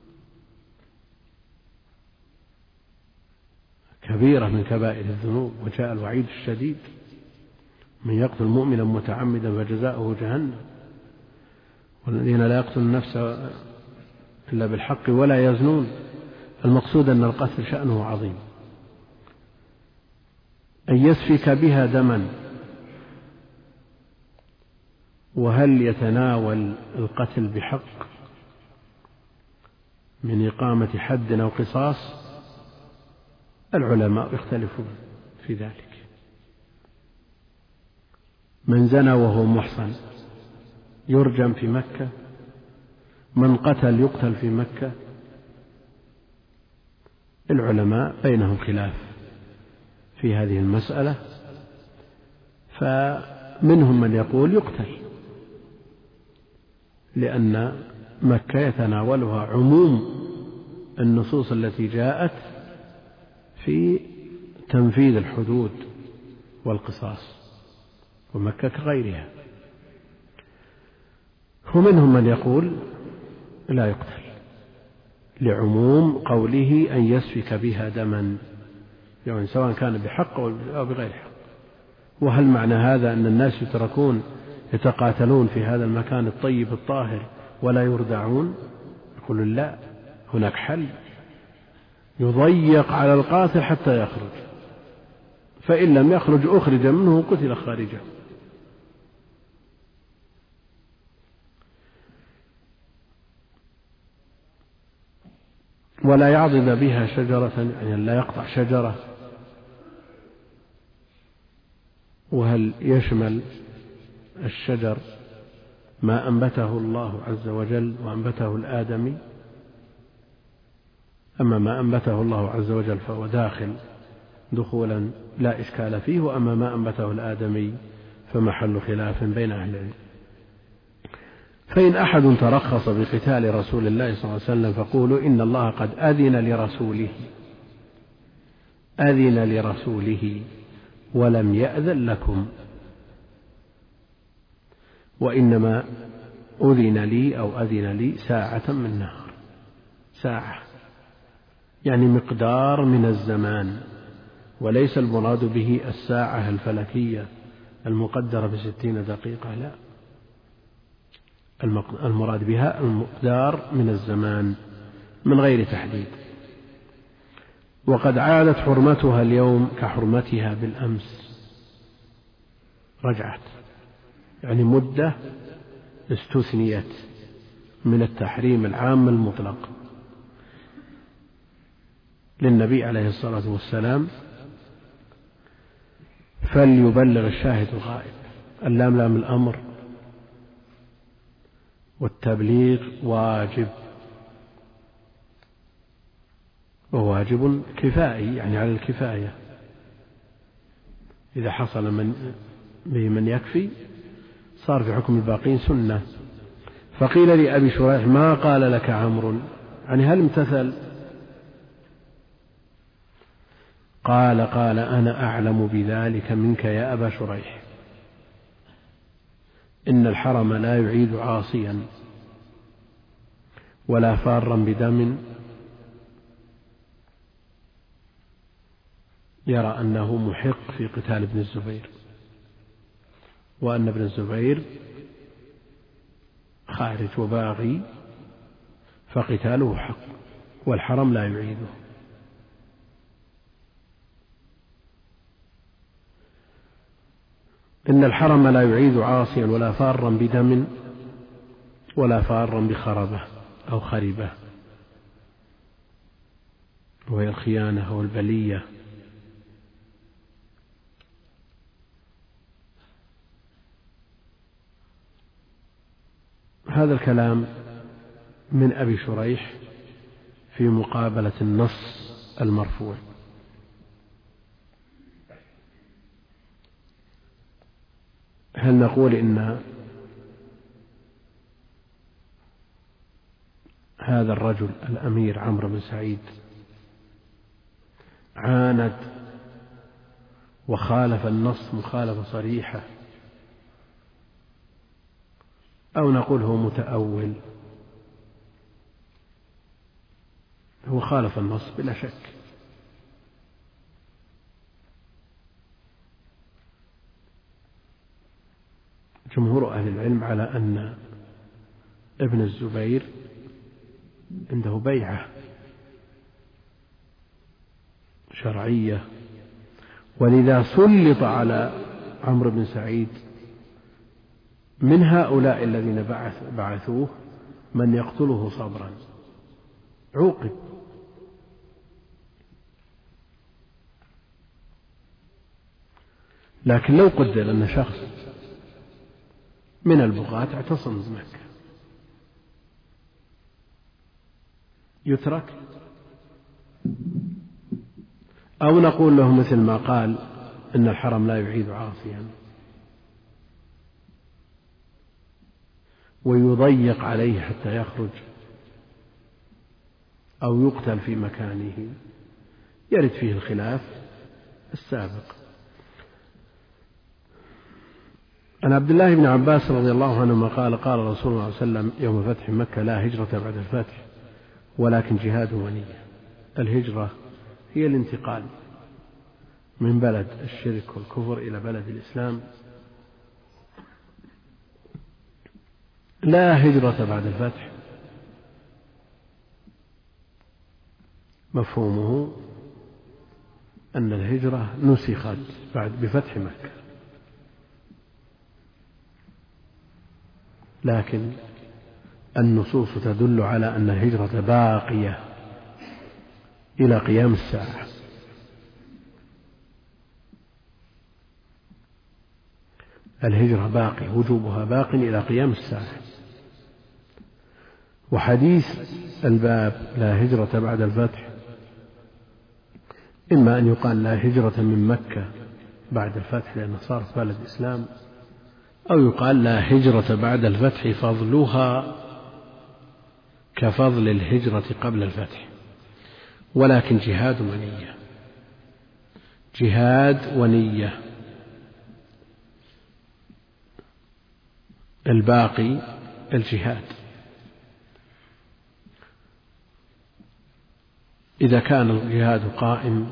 كبيرة من كبائر الذنوب، وجاء الوعيد الشديد: من يقتل مؤمنا متعمدا فجزاؤه جهنم. والذين لا يقتلون النفس إلا بالحق ولا يزنون. المقصود أن القتل شأنه عظيم. أن يسفك بها دما. وهل يتناول القتل بحق من إقامة حد أو قصاص؟ العلماء يختلفون في ذلك. من زنى وهو محصن يرجم في مكة، من قتل يقتل في مكة. العلماء بينهم خلاف في هذه المسألة، فمنهم من يقول يقتل، لأن مكة يتناولها عموم النصوص التي جاءت في تنفيذ الحدود والقصاص، ومكة كغيرها. ومنهم من يقول لا يقتل، لعموم قوله أن يسفك بها دما، يعني سواء كان بحق أو بغير حق. وهل معنى هذا أن الناس يتركون يتقاتلون في هذا المكان الطيب الطاهر ولا يردعون؟ يقول لا، هناك حل، يضيق على القاتل حتى يخرج، فإن لم يخرج أخرج منه قتل خارجه. ولا يعضد بها شجرة، يعني لا يقطع شجرة. وهل يشمل الشجر ما أنبته الله عز وجل وأنبته الآدمي؟ أما ما أنبته الله عز وجل فهو داخل دخولا لا إشكال فيه، وأما ما أنبته الآدمي فمحل خلاف بين أهل العلم. فإن أحد ترخص بقتال رسول الله صلى الله عليه وسلم فقولوا إن الله قد أذن لرسوله أذن لرسوله ولم يأذن لكم، وإنما أذن لي أو أذن لي ساعة من نهار، ساعة يعني مقدار من الزمان، وليس المراد به الساعة الفلكية المقدرة بستين دقيقة، لا، المراد بها المقدار من الزمان من غير تحديد. وقد عادت حرمتها اليوم كحرمتها بالأمس، رجعت، يعني مدة استثنيت من التحريم العام المطلق للنبي عليه الصلاة والسلام. فليبلغ الشاهد الغائب، اللام لام الأمر، والتبليغ واجب، وواجب كفائي يعني على الكفاية، إذا حصل من به من يكفي صار في حكم الباقين سنة. فقيل لأبي شريح ما قال لك عمرو، يعني هل امتثل؟ قال قال أنا أعلم بذلك منك يا أبا شريح، إن الحرم لا يعيد عاصيا ولا فارا بدم يرى أنه محق في قتال ابن الزبير، وأن ابن الزبير خارج وباغي فقتاله حق والحرم لا يعيده. إن الحرم لا يعيد عاصيا ولا فارا بدم ولا فارا بخربة أو خربة، وهي الخيانة أو البلية. هذا الكلام من أبي شريح في مقابلة النص المرفوع. هل نقول إن هذا الرجل الأمير عمرو بن سعيد عاند وخالف النص مخالفة صريحة، أو نقول هو متأول؟ هو خالف النص بلا شك. جمهور أهل العلم على أن ابن الزبير عنده بيعة شرعية، ولذا سلط على عمرو بن سعيد من هؤلاء الذين بعث بعثوه من يقتله صبرا، عوقب. لكن لو قدر أن شخص من البغاة اعتصم بمكة يترك، أو نقول له مثل ما قال إن الحرم لا يعيد عاصيا ويضيق عليه حتى يخرج أو يقتل في مكانه، يرد فيه الخلاف السابق. عن عبد الله بن عباس رضي الله عنهما قال قال رسول الله صلى الله عليه وسلم يوم فتح مكة: لا هجرة بعد الفتح ولكن جهاد ونية. الهجرة هي الانتقال من بلد الشرك والكفر إلى بلد الإسلام، لا هجرة بعد الفتح مفهومه أن الهجرة نسخت بعد بفتح مكة، لكن النصوص تدل على أن الهجرة باقية إلى قيام الساعة. الهجرة باقي، وجوبها باق إلى قيام الساعة. وحديث الباب لا هجرة بعد الفتح إما أن يقال لا هجرة من مكة بعد الفتح لأنها صارت بلد إسلام، أو يقال لا هجرة بعد الفتح فضلها كفضل الهجرة قبل الفتح، ولكن جهاد ونية، جهاد ونية. الباقي الجهاد. إذا كان الجهاد قائم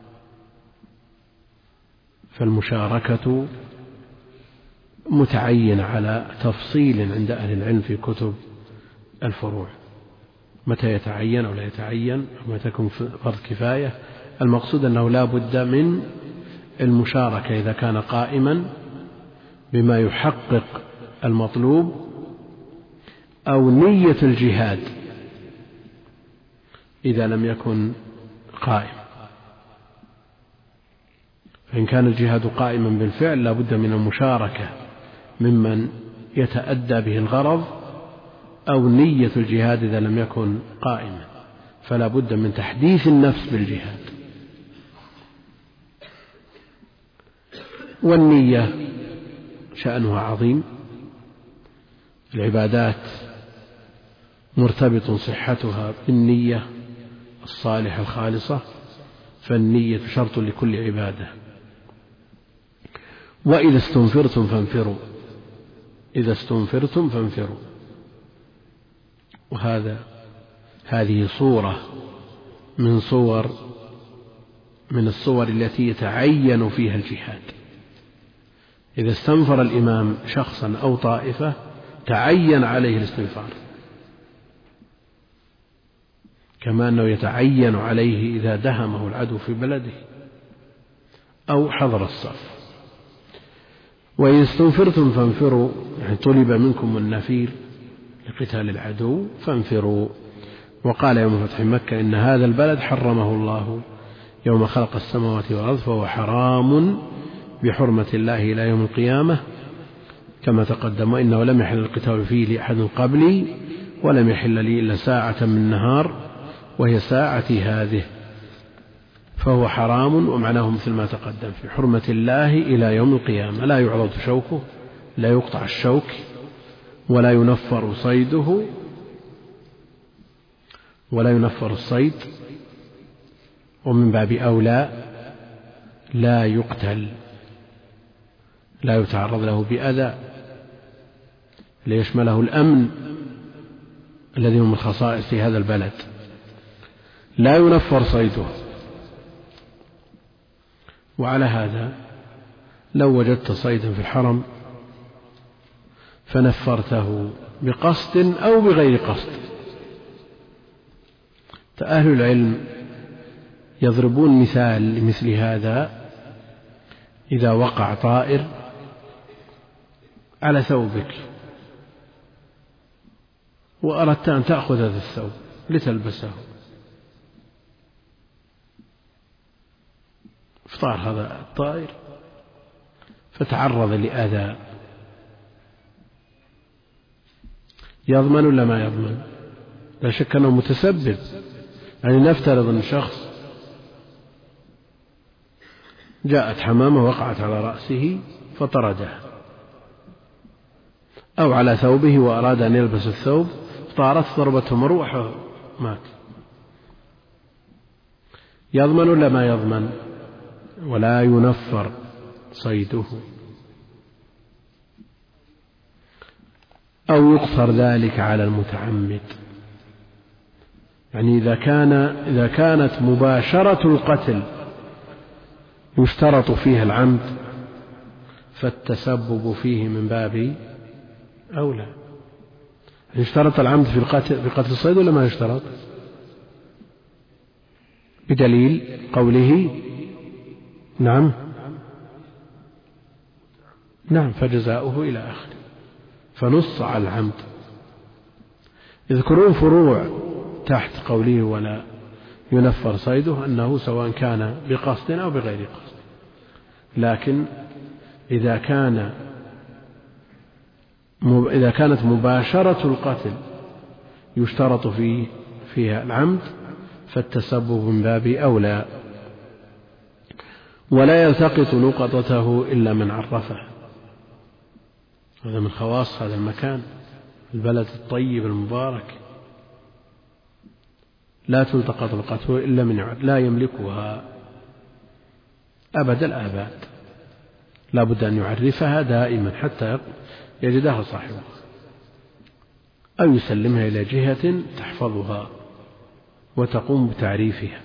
فالمشاركة متعين على تفصيل عند أهل العلم في كتب الفروع، متى يتعين أو لا يتعين، ومتى تكون فرض كفاية. المقصود أنه لا بد من المشاركة إذا كان قائما بما يحقق المطلوب، أو نية الجهاد إذا لم يكن قائم. فإن كان الجهاد قائما بالفعل لا بد من المشاركة ممن يتأدى به الغرض، أو نية الجهاد إذا لم يكن قائما، فلا بد من تحديث النفس بالجهاد. والنية شأنها عظيم، العبادات مرتبط صحتها بالنية الصالحة الخالصة، فالنية شرط لكل عبادة. وإذا استنفرتم فانفروا، إذا استنفرتم فانفروا. وهذا هذه صورة من صور من الصور التي يتعين فيها الجهاد. إذا استنفر الإمام شخصا أو طائفة تعين عليه الاستنفار، كما أنه يتعين عليه إذا دهمه العدو في بلده أو حضر الصف. وإن استنفرتم فانفروا، يعني طلب منكم النفير لقتال العدو فانفروا. وقال يوم فتح مكة: إن هذا البلد حرمه الله يوم خلق السماوات والأرض فهو حرام بحرمة الله إلى يوم القيامة، كما تقدم: وإنه لم يحل القتال فيه لأحد قبلي ولم يحل لي إلا ساعة من نهار وهي ساعتي هذه، فهو حرام. ومعناه مثل ما تقدم في حرمة الله إلى يوم القيامة، لا يعرض شوكه لا يقطع الشوك ولا ينفر صيده ولا ينفر الصيد، ومن باب أولى لا يقتل، لا يتعرض له بأذى ليشمله الأمن الذي هو من خصائص هذا البلد. لا ينفر صيده. وعلى هذا لو وجدت صيدا في الحرم فنفرته بقصد أو بغير قصد، فأهل العلم يضربون مثال لمثل هذا: إذا وقع طائر على ثوبك وأردت أن تأخذ هذا الثوب لتلبسه، فطار هذا الطائر فتعرض لأذى، يضمن ولا ما يضمن؟ لا شك أنه متسبب. يعني نفترض أن شخص جاءت حمامة وقعت على رأسه فطردها، أو على ثوبه وأراد أن يلبس الثوب طارت ضربته مروحة مات، يضمن ولا ما يضمن؟ ولا ينفر صيده. أو يقصر ذلك على المتعمد، يعني إذا كان إذا كانت مباشرة القتل يشترط فيها العمد فالتسبب فيه من باب أولى. يشترط العمد في القتل في قتل الصيد ولا ما يشترط؟ بدليل قوله نعم نعم فجزاؤه إلى آخره، فنص على العمد. يذكرون فروع تحت قوله ولا ينفر صيده أنه سواء كان بقصد أو بغير قصد، لكن إذا كان إذا كانت مباشرة القتل يشترط فيه فيها العمد فالتسبب من باب أولى. ولا يلتقط لقطته إلا من عرفه، هذا من خواص هذا المكان، البلد الطيب المبارك، لا تلتقط لقطته إلا من يعرف، لا يملكها أبد الآباد، لا بد أن يعرفها دائما حتى يجدها صاحبها أو يسلمها إلى جهة تحفظها وتقوم بتعريفها.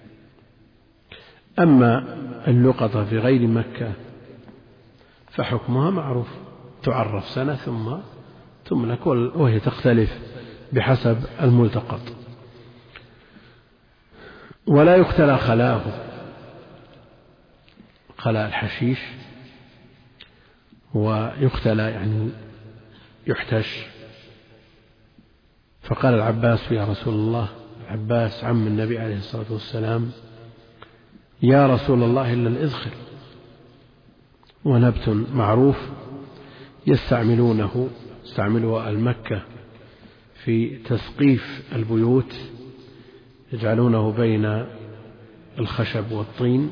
أما اللقطة في غير مكة فحكمها معروف، تعرف سنة ثم تملك، وهي تختلف بحسب الملتقط. ولا يقتلى خلاه، خلاء الحشيش، ويقتلى يعني يحتش. فقال العباس يا رسول الله، العباس عم النبي عليه الصلاة والسلام: يا رسول الله إلا الإذخر، ونبت معروف يستعملونه يستعمله المكة في تسقيف البيوت، يجعلونه بين الخشب والطين،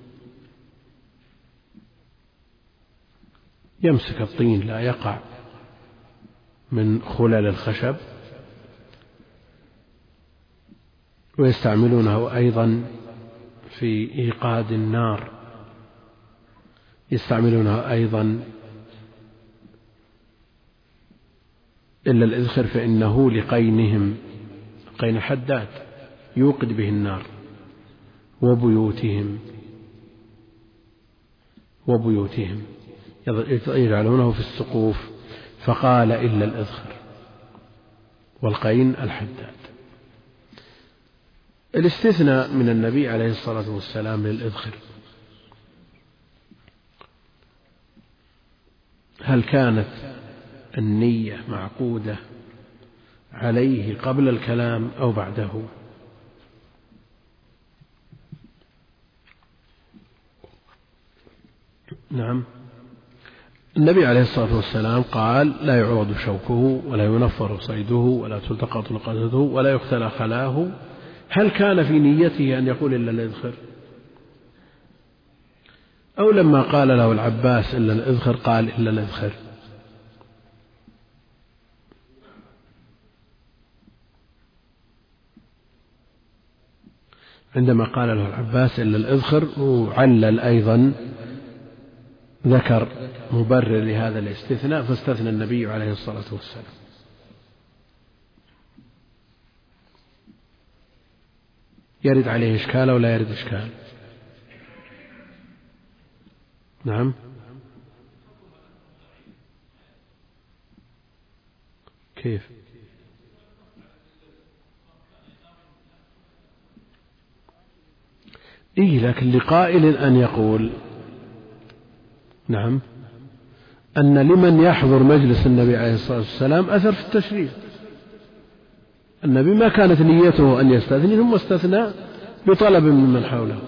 يمسك الطين لا يقع من خلل الخشب. ويستعملونه أيضا في إيقاد النار، يستعملونه أيضا إلا الإذخر فإنه لقينهم، قين حداد يوقد به النار، وبيوتهم وبيوتهم يجعلونه في السقوف. فقال إلا الإذخر، والقين الحداد. الاستثناء من النبي عليه الصلاة والسلام للإذخر، هل كانت النية معقودة عليه قبل الكلام أو بعده؟ نعم، النبي عليه الصلاة والسلام قال: لا يعرض شوكه ولا ينفر صيده ولا تلتقط لقطته ولا يقتلى خلاه. هل كان في نيته أن يقول إلا الإذخر، أو لما قال له العباس إلا الإذخر قال إلا الإذخر؟ عندما قال له العباس إلا الإذخر، وعلل أيضا ذكر مبرر لهذا الاستثناء فاستثنى النبي عليه الصلاة والسلام. يرد عليه إشكال أو لا يرد إشكال؟ نعم. كيف؟ إيه، لكن لقائل أن يقول نعم أن لمن يحضر مجلس النبي عليه الصلاة والسلام أثر في التشريع. النبي ما كانت نيته أن يستثني ثم استثنى بطلب ممن حوله.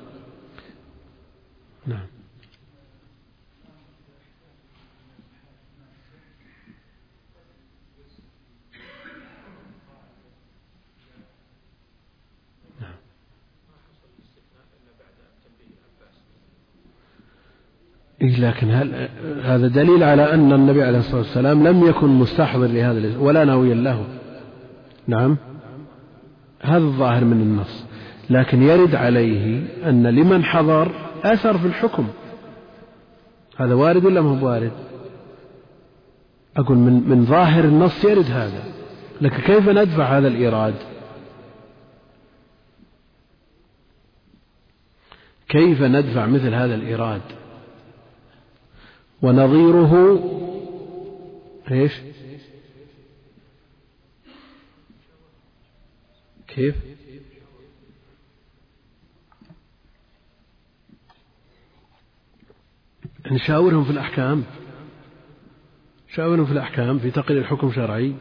نعم. إيه، لكن هل هذا دليل على أن النبي عليه الصلاة والسلام لم يكن مستحضر لهذا ولا ناويا له؟ نعم، هذا الظاهر من النص. لكن يرد عليه أن لمن حضر أثر في الحكم، هذا وارد ولا ما هو وارد؟ أقول من, من ظاهر النص يرد هذا، لكن كيف ندفع هذا الإيراد؟ كيف ندفع مثل هذا الإيراد؟ ونظيره إيش؟ كيف؟ نشاورهم في الأحكام، شاورهم في الأحكام في تقرير الحكم شرعي.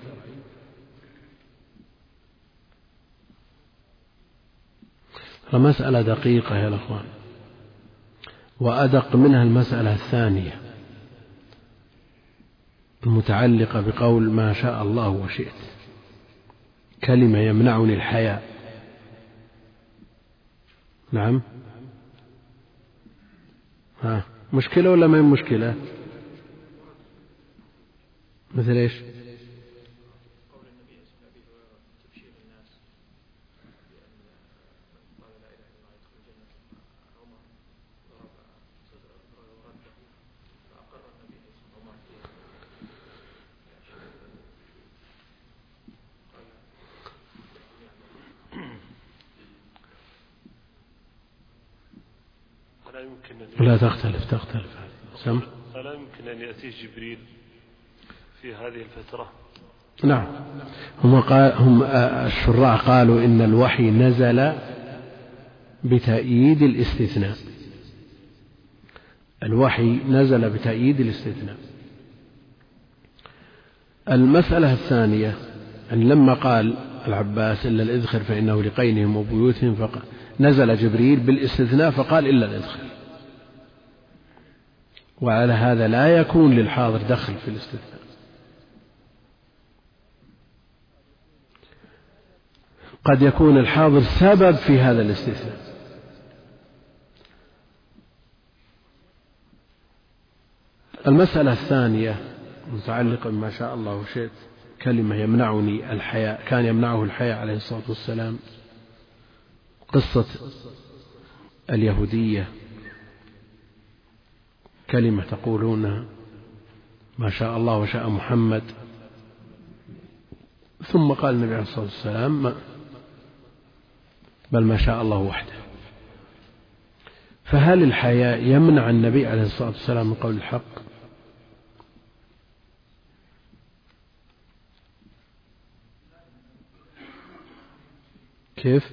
مسألة دقيقة يا الأخوان، وأدق منها المسألة الثانية المتعلقة بقول ما شاء الله وشئت، كلمة يمنعني الحياء. نعم، ها مشكلة ولا ما هي مشكلة؟ مثل إيش؟ لا تختلف تختلف سم ألا يمكن أن يأتيه جبريل في هذه الفترة؟ نعم، هم, قال هم الشراع قالوا إن الوحي نزل بتأييد الاستثناء، الوحي نزل بتأييد الاستثناء. المسألة الثانية أن لما قال العباس إلا الإذخر فإنه لقينهم وبيوتهم فقال نزل جبريل بالاستثناء فقال إلا الإذخر، وعلى هذا لا يكون للحاضر دخل في الاستثناء. قد يكون الحاضر سبب في هذا الاستثناء. المسألة الثانية متعلقة بما شاء الله وشئت، كلمة يمنعني الحياء، كان يمنعه الحياء عليه الصلاة والسلام. قصة اليهودية، كلمة تقولون ما شاء الله وشاء محمد، ثم قال النبي عليه الصلاة والسلام بل ما شاء الله وحده. فهل الحياء يمنع النبي عليه الصلاة والسلام من قول الحق؟ كيف؟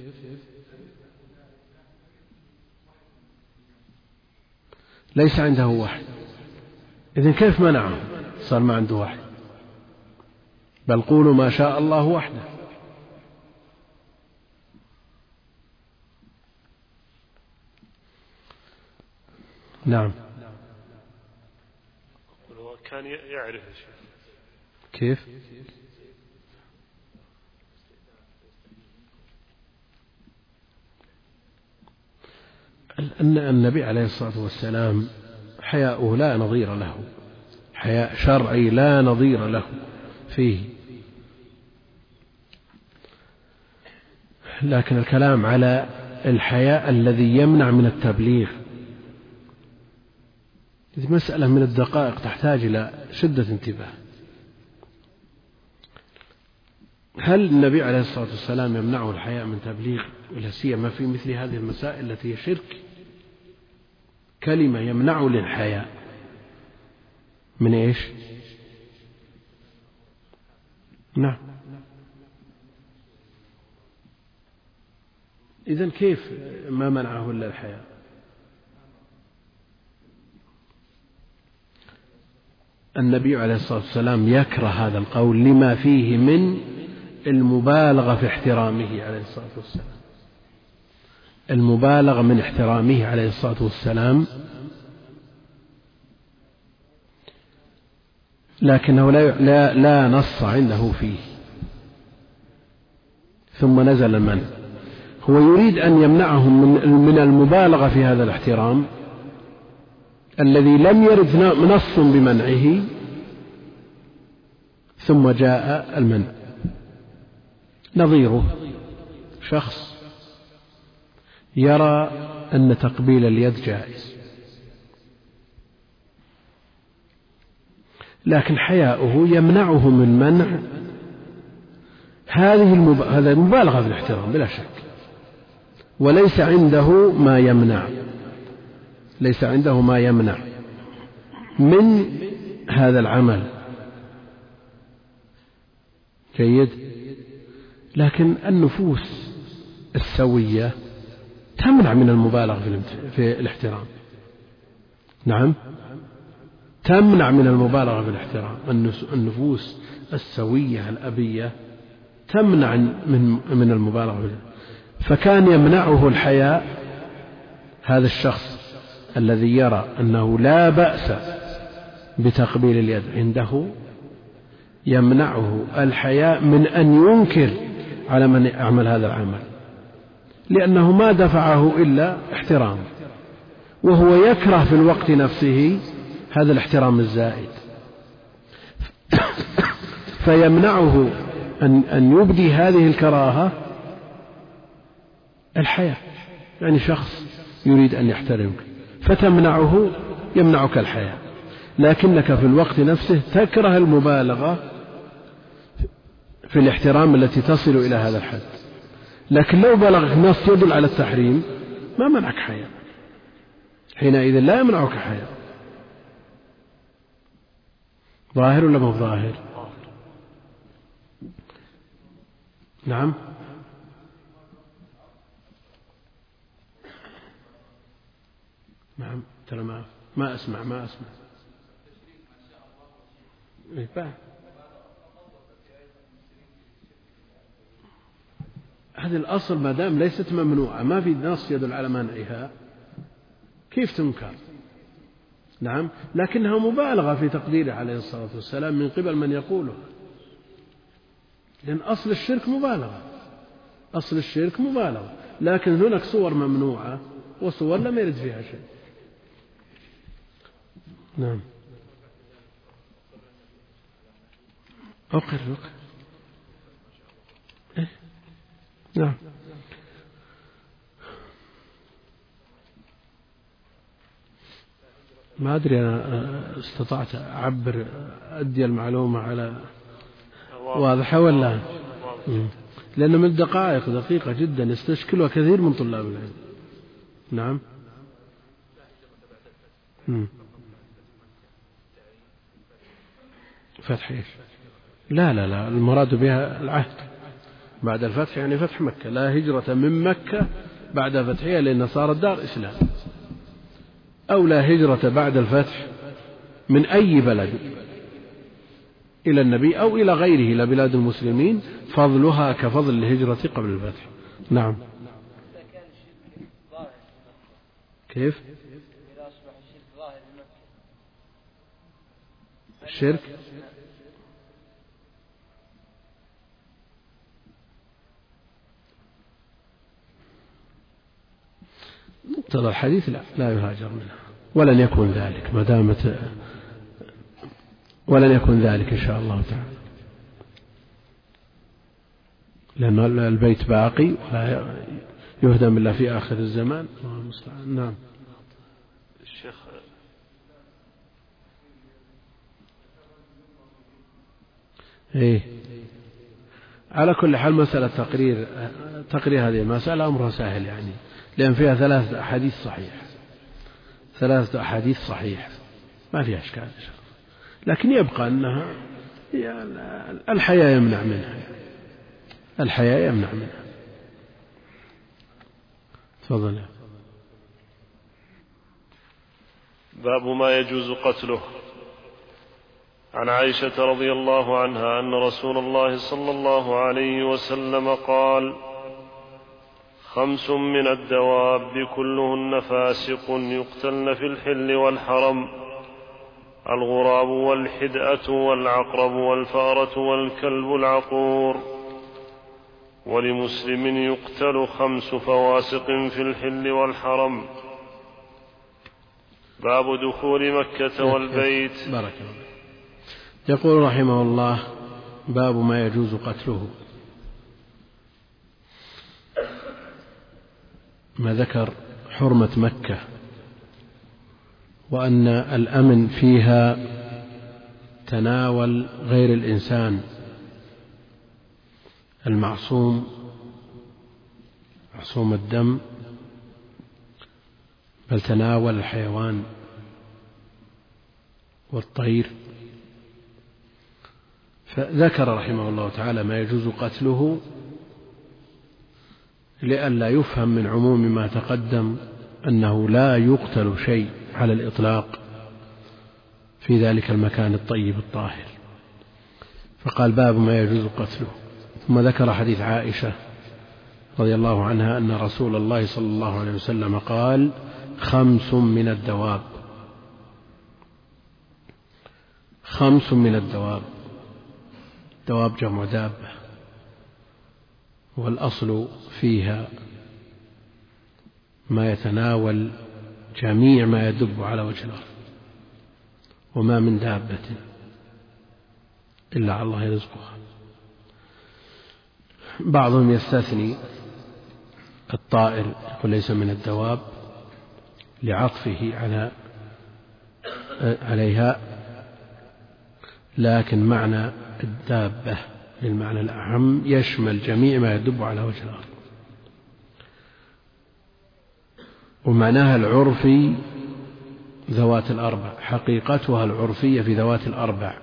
ليس عنده وحي، إذن كيف منعه؟ صار ما عنده وحي. بل قولوا ما شاء الله وحده. نعم، كان يعرف كيف؟ أن النبي عليه الصلاة والسلام حياؤه لا نظير له، حياء شرعي لا نظير له فيه. لكن الكلام على الحياء الذي يمنع من التبليغ. هذه مسألة من الدقائق تحتاج إلى شدة انتباه. هل النبي عليه الصلاة والسلام يمنعه الحياء من تبليغ، ولا سيما في مثل هذه المسائل التي هي شرك؟ كلمة يمنعه للحياء من إيش؟ نعم. إذن كيف ما منعه إلا الحياء؟ النبي عليه الصلاة والسلام يكره هذا القول لما فيه من المبالغة في احترامه عليه الصلاة والسلام، المبالغة من احترامه عليه الصلاة والسلام، لكنه لا, لا, لا نص عنده فيه. ثم نزل المنع. هو يريد أن يمنعهم من المبالغة في هذا الاحترام الذي لم يرد نص بمنعه، ثم جاء المنع. نظيره شخص يرى أن تقبيل اليد جائز، لكن حياؤه يمنعه من منع هذه المب... هذا المبالغة في الاحترام بلا شك، وليس عنده ما يمنع، ليس عنده ما يمنع من هذا العمل. جيد. لكن النفوس السوية تمنع من المبالغة في الاحترام. نعم، تمنع من المبالغة في الاحترام. النفوس السوية الأبية تمنع من من المبالغة. فكان يمنعه الحياء، هذا الشخص الذي يرى أنه لا بأس بتقبيل اليد عنده، يمنعه الحياء من أن ينكر على من يعمل هذا العمل، لأنه ما دفعه إلا احترام، وهو يكره في الوقت نفسه هذا الاحترام الزائد، فيمنعه أن, أن يبدي هذه الكراهة الحياء. يعني شخص يريد أن يحترمك فتمنعه، يمنعك الحياء، لكنك في الوقت نفسه تكره المبالغة في الاحترام التي تصل إلى هذا الحد. لكن لو بلغك نص يدل على التحريم ما منعك حياء، حينئذ لا يمنعك حياء. ظاهر ولا مو ظاهر؟ نعم. نعم. ترى ما ما أسمع ما أسمع. إيه هذا الأصل ما دام ليست ممنوعة، ما في نص يدل على منعها، كيف تنكر؟ نعم. لكنها مبالغة في تقديره عليه الصلاة والسلام من قبل من يقوله، لأن أصل الشرك مبالغة، أصل الشرك مبالغة، لكن هناك صور ممنوعة وصور لم يرد فيها شيء. نعم. أقر أقر إيه؟ نعم. ما أدري أنا استطعت أعبر أدي المعلومة على واضحة ولا؟ لأن من الدقائق دقيقة جدا يستشكلها كثير من طلاب العلم. نعم. مم. فتح إيش؟ لا لا لا، المراد بها العهد بعد الفتح، يعني فتح مكة. لا هجرة من مكة بعد فتحها لأن صارت دار إسلام، أو لا هجرة بعد الفتح من أي بلد إلى النبي أو إلى غيره إلى بلاد المسلمين، فضلها كفضل الهجرة قبل الفتح. نعم. كيف؟ الشرك مقتضى الحديث لا لا يهاجر منها، ولن يكون ذلك ما دامت، ولن يكون ذلك إن شاء الله تعالى، لأن البيت باقي يهدم إلا في آخر الزمان. الله المستعان. نعم. الشيخ إيه على كل حال مسألة تقرير تقرير هذه المسألة أمرها سهل يعني، لأن فيها ثلاثة أحاديث صحيح ثلاثة أحاديث صحيح ما فيها إشكال، لكن يبقى أنها الحياء يمنع منها الحياء يمنع منها. تفضل. باب ما يجوز قتله. عن عائشة رضي الله عنها أن رسول الله صلى الله عليه وسلم قال: خمس من الدواب كلهن فاسق يقتلن في الحل والحرم: الغراب والحدأة والعقرب والفأرة والكلب العقور. ولمسلم: يقتل خمس فواسق في الحل والحرم. باب دخول مكة والبيت. بارك الله. يقول رحمه الله: باب ما يجوز قتله. ما ذكر حرمة مكة وأن الأمن فيها تناول غير الإنسان المعصوم معصوم الدم، بل تناول الحيوان والطير. فذكر رحمه الله تعالى ما يجوز قتله لئلا يفهم من عموم ما تقدم أنه لا يقتل شيء على الإطلاق في ذلك المكان الطيب الطاهر، فقال: باب ما يجوز قتله. ثم ذكر حديث عائشة رضي الله عنها أن رسول الله صلى الله عليه وسلم قال: خمس من الدواب. خمس من الدواب، دواب جمع دابة، والأصل فيها ما يتناول جميع ما يدب على وجه الأرض، وما من دابة إلا على الله يرزقها. بعضهم يستثني الطائر يقول ليس من الدواب لعطفه على عليها، لكن معنى الدابة للمعنى الأعم يشمل جميع ما يدب على وجه الأرض، ومعناها العرفي ذوات الأربع، حقيقتها العرفية في ذوات الأربع،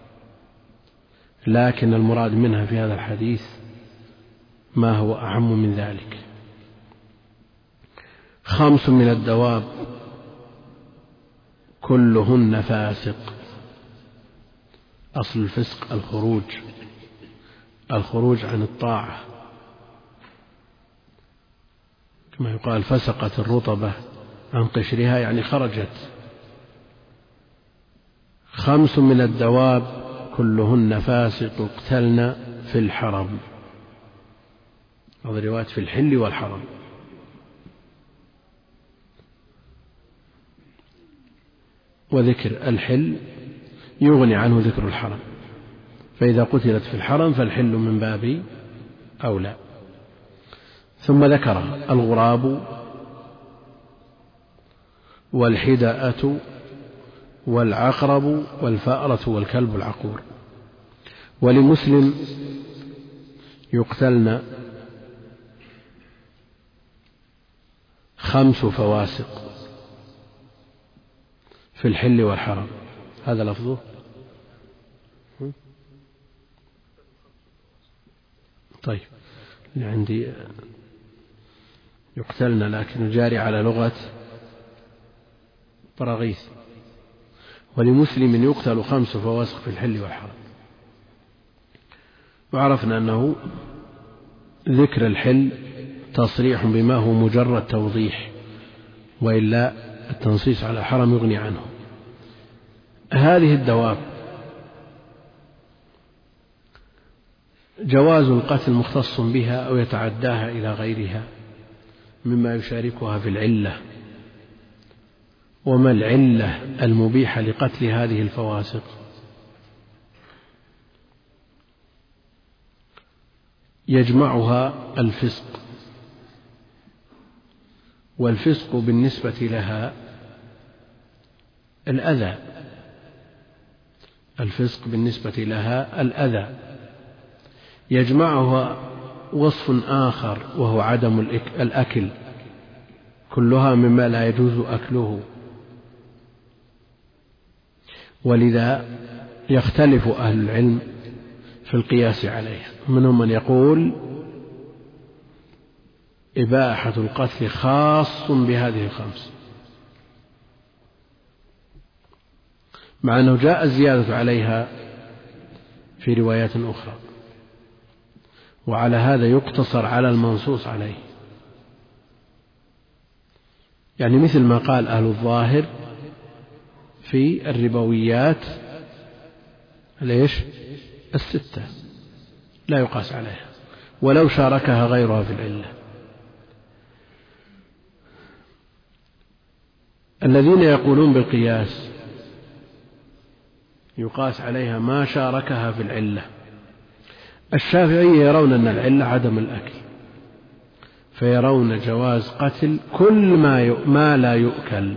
لكن المراد منها في هذا الحديث ما هو أعم من ذلك. خمس من الدواب كلهن فاسق. أصل الفسق الخروج الخروج عن الطاعة، كما يقال: فسقت الرطبة عن قشرها، يعني خرجت. خمس من الدواب كلهن فاسق يقتلن في الحرم. هذا رواية في الحل والحرم. وذكر الحل يغني عنه ذكر الحرم، فإذا قتلت في الحرم فالحل من باب أولى. ثم ذكر الغراب والحدأة والعقرب والفأرة والكلب العقور. ولمسلم: يقتلن خمس فواسق في الحل والحرم. هذا لفظه. طيب، عندي يقتلن لكن جاري على لغة براغيث. ولمسلم: يقتل خمس فواسق في الحل والحرم. وعرفنا أنه ذكر الحل تصريح بما هو مجرد توضيح، وإلا التنصيص على الحرم يغني عنه. هذه الدواب جواز القتل مختص بها أو يتعداها إلى غيرها مما يشاركها في العلة. وما العلة المبيحة لقتل هذه الفواسق؟ يجمعها الفسق والفسق بالنسبة لها الأذى، الفسق بالنسبة لها الأذى، يجمعها وصف آخر وهو عدم الأكل، كلها مما لا يجوز أكله. ولذا يختلف أهل العلم في القياس عليها، منهم من يقول إباحة القتل خاص بهذه الخمس، مع أنه جاء الزيادة عليها في روايات أخرى، وعلى هذا يقتصر على المنصوص عليه، يعني مثل ما قال أهل الظاهر في الربويات ليش الستة لا يقاس عليها ولو شاركها غيرها في العلة. الذين يقولون بالقياس يقاس عليها ما شاركها في العلة، الشافعية يرون أن العلة عدم الأكل، فيرون جواز قتل كل ما, ما لا يؤكل،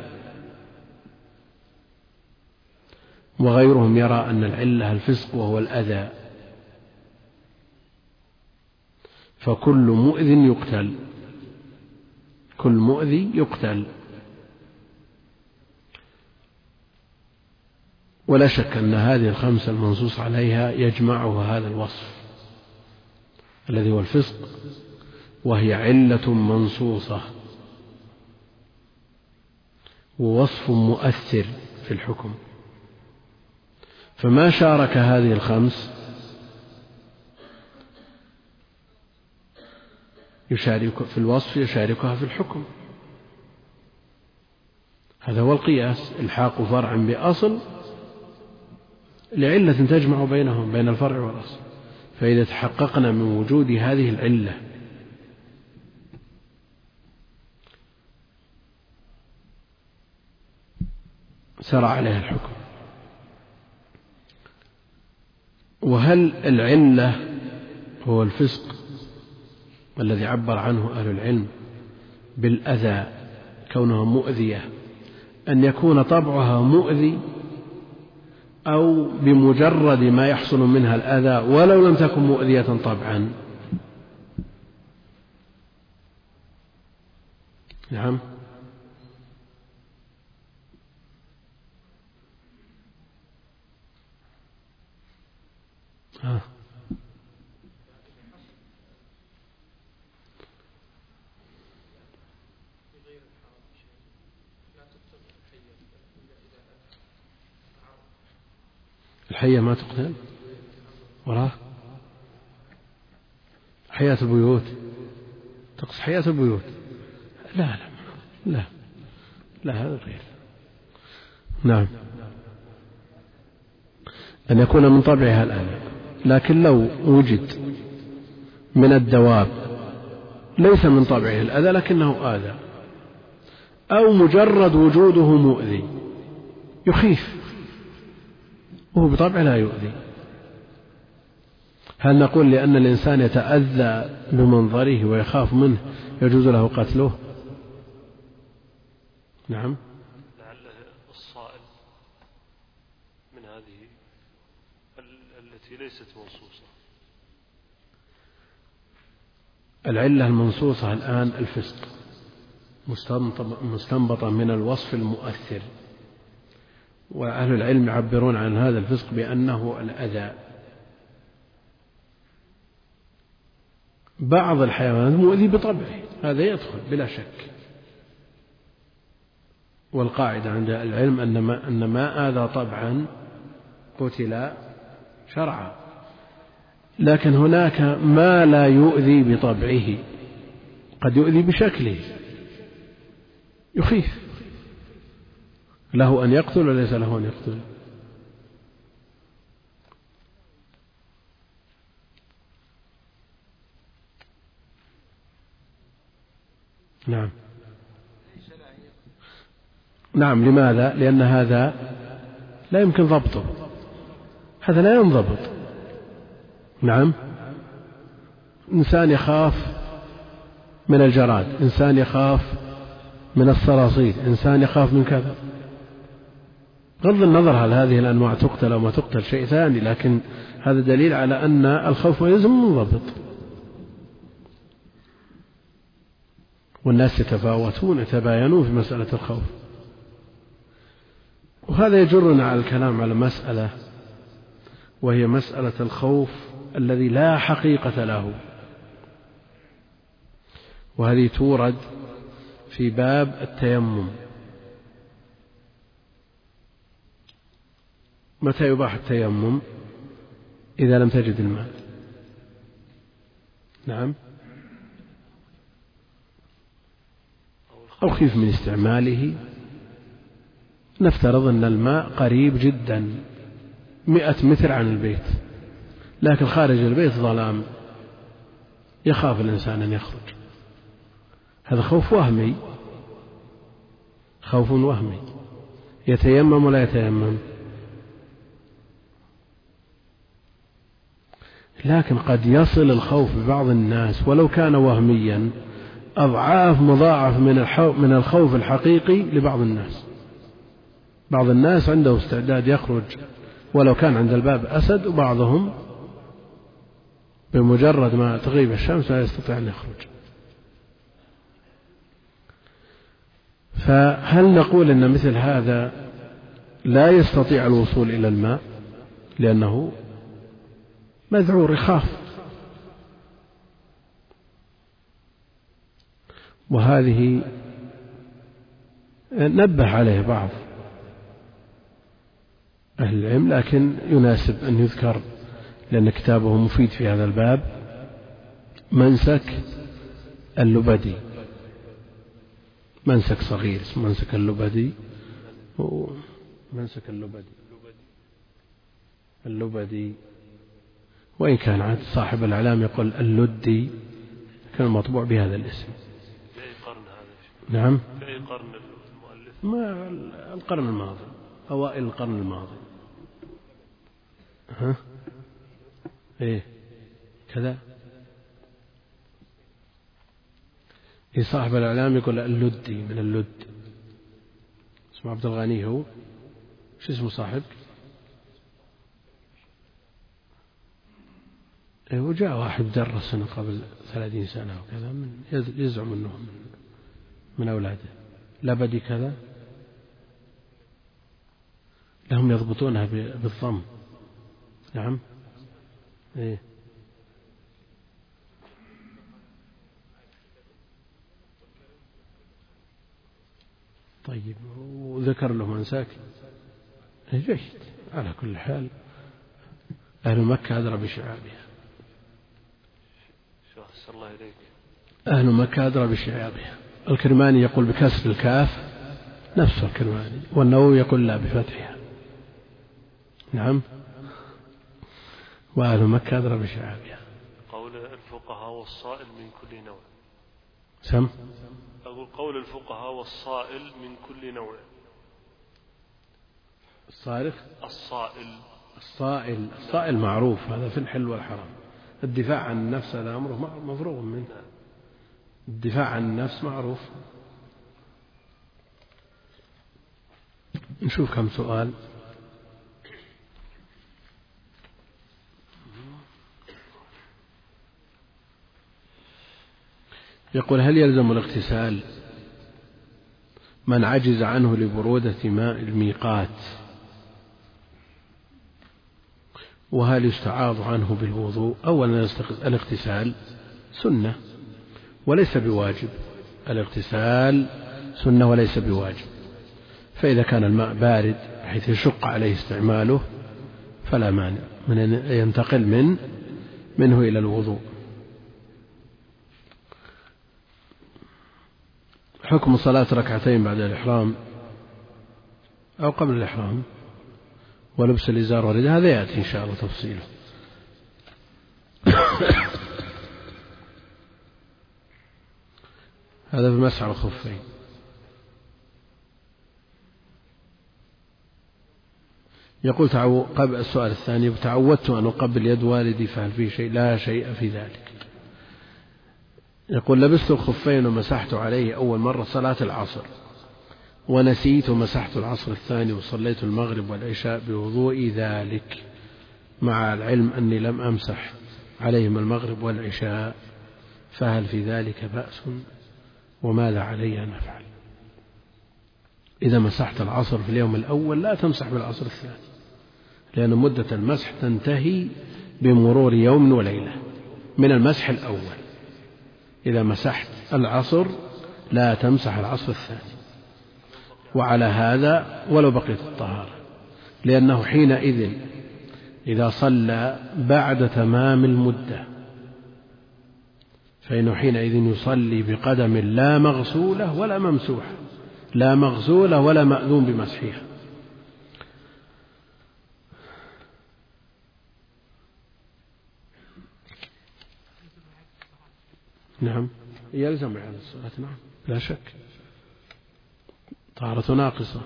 وغيرهم يرى أن العلة الفسق وهو الأذى، فكل مؤذ يقتل، كل مؤذي يقتل. ولا شك أن هذه الخمسة المنصوص عليها يجمعها هذا الوصف الذي هو الفسق، وهي علة منصوصة ووصف مؤثر في الحكم، فما شارك هذه الخمس يشارك في الوصف يشاركها في الحكم. هذا هو القياس، الحاق فرع بأصل لعلة تجمع بينهم بين الفرع والأصل، فإذا تحققنا من وجود هذه العلة سرى عليها الحكم. وهل العلة هو الفسق الذي عبر عنه أهل العلم بالأذى كونها مؤذية، أن يكون طبعها مؤذي أو بمجرد ما يحصل منها الأذى ولو لم تكن مؤذية طبعا؟ نعم. آه. الحية ما تقتل وراه حياة البيوت، تقصد حياة البيوت؟ لا لا لا لا هذا غير. نعم، أن يكون من طبعها الآن، لكن لو وجد من الدواب ليس من طبعه الأذى لكنه آذى، أو مجرد وجوده مؤذي يخيف وهو بطبعه لا يؤذي، هل نقول لأن الإنسان يتأذى بمنظره ويخاف منه يجوز له قتله؟ نعم. لعل الصائل من هذه التي ليست منصوصة. العلة المنصوصة الآن الفسق مستنبطة من الوصف المؤثر، وأهل العلم يعبرون عن هذا الفسق بأنه الأذى. بعض الحيوانات مؤذي بطبعه، هذا يدخل بلا شك، والقاعدة عند العلم أن ما, أن ما آذى طبعا قتل شرعا، لكن هناك ما لا يؤذي بطبعه، قد يؤذي بشكله يخيف، له أن يقتل وليس له أن يقتل. نعم. نعم، لماذا؟ لأن هذا لا يمكن ضبطه، هذا لا ينضبط. نعم، إنسان يخاف من الجراد، إنسان يخاف من الصراصير، إنسان يخاف من كذا، بغض النظر هل هذه الأنواع تقتل أو ما تقتل شيء ثاني، لكن هذا دليل على أن الخوف يلزم منضبط. والناس يتفاوتون يتباينون في مسألة الخوف. وهذا يجرنا على الكلام على مسألة، وهي مسألة الخوف الذي لا حقيقة له، وهذه تورد في باب التيمم. متى يباح التيمم؟ إذا لم تجد الماء. نعم، أو خيف من استعماله. نفترض أن الماء قريب جدا مئة متر عن البيت، لكن خارج البيت ظلام، يخاف الإنسان أن يخرج. هذا خوف وهمي، خوف وهمي. يتيمم ولا يتيمم؟ لكن قد يصل الخوف ببعض الناس ولو كان وهميا أضعاف مضاعف من الخوف الحقيقي لبعض الناس. بعض الناس عنده استعداد يخرج ولو كان عند الباب أسد، وبعضهم بمجرد ما تغيب الشمس لا يستطيع أن يخرج. فهل نقول أن مثل هذا لا يستطيع الوصول إلى الماء لأنه مذعور يخاف؟ وهذه نبه عليه بعض أهل العلم، لكن يناسب أن يذكر لأن كتابه مفيد في هذا الباب، منسك اللبدي، منسك صغير اسمه منسك اللبدي، منسك اللبدي اللبدي وإن كان عاد صاحب الإعلام يقول اللدي، كان مطبوع بهذا الاسم. في أي قرن هذا؟ نعم، في أي قرن المؤلف؟ ما القرن الماضي، أوائل القرن الماضي. ها إيه كذا. إيه صاحب الإعلام يقول اللدي من اللد، اسمه عبد الغني. هو شو اسمه صاحب؟ إيه وجاء واحد درسنا قبل ثلاثين سنة وكذا، من يزعم أنه من, من أولاده، لبدي كذا، لهم يضبطونها بالضم. نعم إيه. طيب، وذكر له منساك جيد. على كل حال أهل مكة أدرى بشعابها. الله إليك. أهل مكة أدرى بشعابها. الكرماني يقول بكسر الكاف نفس الكرماني، والنووي يقول لا بفتحها. نعم، وأهل مكة أدرى بشعابها. قول الفقهاء والصائل من كل نوع. سم أقول قول الفقهاء والصائل من كل نوع. الصارخ الصائل الصائل الصائل معروف، هذا في الحل والحرام. الدفاع عن النفس هذا أمره مفروغ منه. الدفاع عن النفس معروف. نشوف كم سؤال. يقول هل يلزم الاغتسال من عجز عنه لبرودة ماء الميقات، وهل يستعاض عنه بالوضوء؟ أولا الاغتسال سنة وليس بواجب. الاغتسال سنة وليس بواجب، فإذا كان الماء بارد بحيث يشق عليه استعماله فلا مانع من أن ينتقل من منه إلى الوضوء. حكم صلاة ركعتين بعد الإحرام أو قبل الإحرام ولبس الإزار والرداء، هذا يأتي إن شاء الله تفصيله. هذا في مسح الخفين. يقول تعو... قبل السؤال الثاني، تعودت أن أقبل يد والدي فهل فيه شيء؟ لا شيء في ذلك. يقول لبست الخفين ومسحت عليه أول مرة صلاة العصر، ونسيت ومسحت العصر الثاني، وصليت المغرب والعشاء بوضوء ذلك، مع العلم أني لم أمسح عليهم المغرب والعشاء، فهل في ذلك بأس؟ وماذا علي أن أفعل؟ إذا مسحت العصر في اليوم الأول لا تمسح بالعصر الثاني، لأن مدة المسح تنتهي بمرور يوم وليلة من المسح الأول. إذا مسحت العصر لا تمسح العصر الثاني، وعلى هذا ولو بقيت الطهارة، لأنه حينئذ إذا صلى بعد تمام المدة فإنه حينئذ يصلي بقدم لا مغسولة ولا ممسوحة، لا مغسولة ولا مأذون بمسحها. نعم يلزم على الصلاة، نعم لا شك، طهارة ناقصة.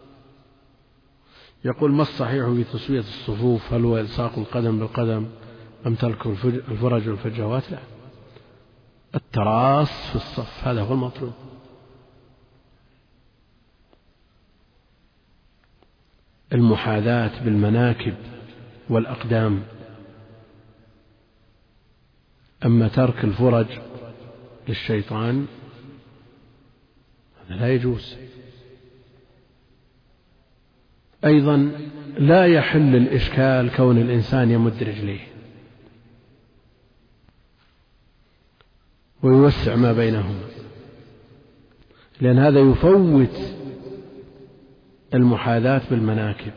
يقول ما الصحيح في تسوية الصفوف؟ هل هو إلصاق القدم بالقدم أم ترك الفرج والفجوات؟ لا، التراص في الصف هذا هو المطلوب. المحاذاة بالمناكب والأقدام، أما ترك الفرج للشيطان هذا لا يجوز. أيضا لا يحل الإشكال كون الإنسان يمد رجليه ويوسع ما بينهما، لأن هذا يفوت المحاذاة بالمناكب.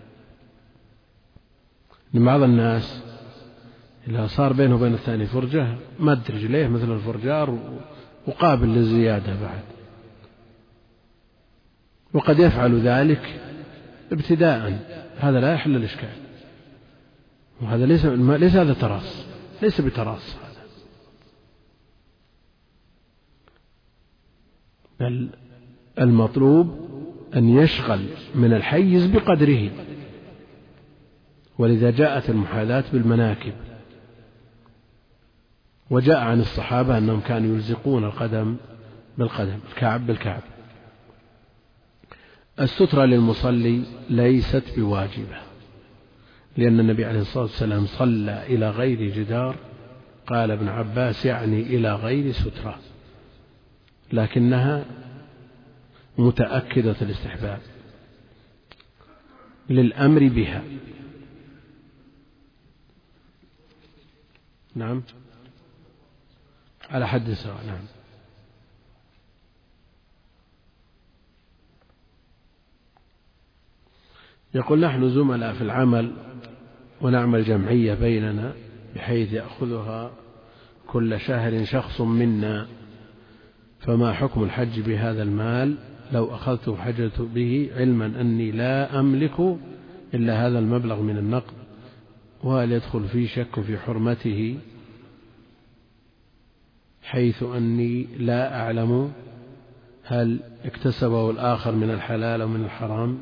لبعض الناس إذا صار بينه وبين الثاني فرجة مد رجليه مثل الفرجار وقابل للزيادة بعد، وقد يفعل ذلك ابتداء، هذا لا يحل الإشكال، وهذا ليس ليس هذا تراص، ليس بتراص هذا، بل المطلوب أن يشغل من الحيز بقدره، ولذا جاءت المحاذاة بالمناكب. وجاء عن الصحابة أنهم كانوا يلزقون القدم بالقدم، الكعب بالكعب. السترة للمصلي ليست بواجبة، لأن النبي عليه الصلاة والسلام صلى إلى غير جدار، قال ابن عباس يعني إلى غير سترة، لكنها متأكدة الاستحباب للأمر بها. نعم على حد سواء. نعم. يقول نحن زملاء في العمل ونعمل جمعية بيننا بحيث يأخذها كل شهر شخص منا، فما حكم الحج بهذا المال لو أخذته حجت به علما أني لا أملك إلا هذا المبلغ من النقد، وهل يدخل فيه شك في حرمته حيث أني لا أعلم هل اكتسبه الآخر من الحلال أو من الحرام؟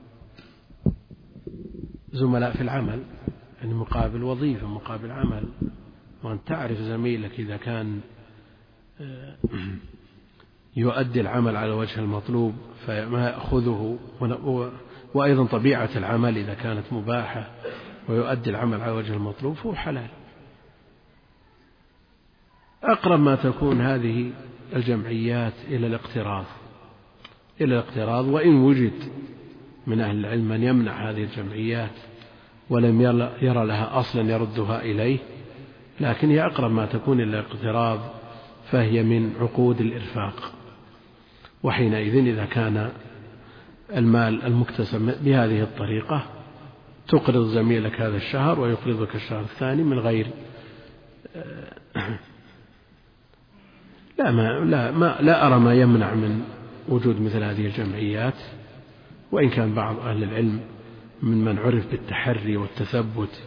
زملاء في العمل يعني مقابل وظيفة مقابل عمل، وأن تعرف زميلك إذا كان يؤدي العمل على وجه المطلوب فما يأخذه، وأيضا طبيعة العمل إذا كانت مباحة ويؤدي العمل على وجه المطلوب فهو حلال. أقرب ما تكون هذه الجمعيات إلى الاقتراض إلى الاقتراض وإن وجد من أهل العلم من يمنع هذه الجمعيات ولم يرى لها أصلا يردها إليه، لكن هي أقرب ما تكون إلى الاقتراض، فهي من عقود الإرفاق. وحينئذ إذا كان المال المكتسب بهذه الطريقة تقرض زميلك هذا الشهر ويقرضك الشهر الثاني من غير لا ما لا ما لا أرى ما يمنع من وجود مثل هذه الجمعيات، وإن كان بعض أهل العلم من من عرف بالتحري والتثبت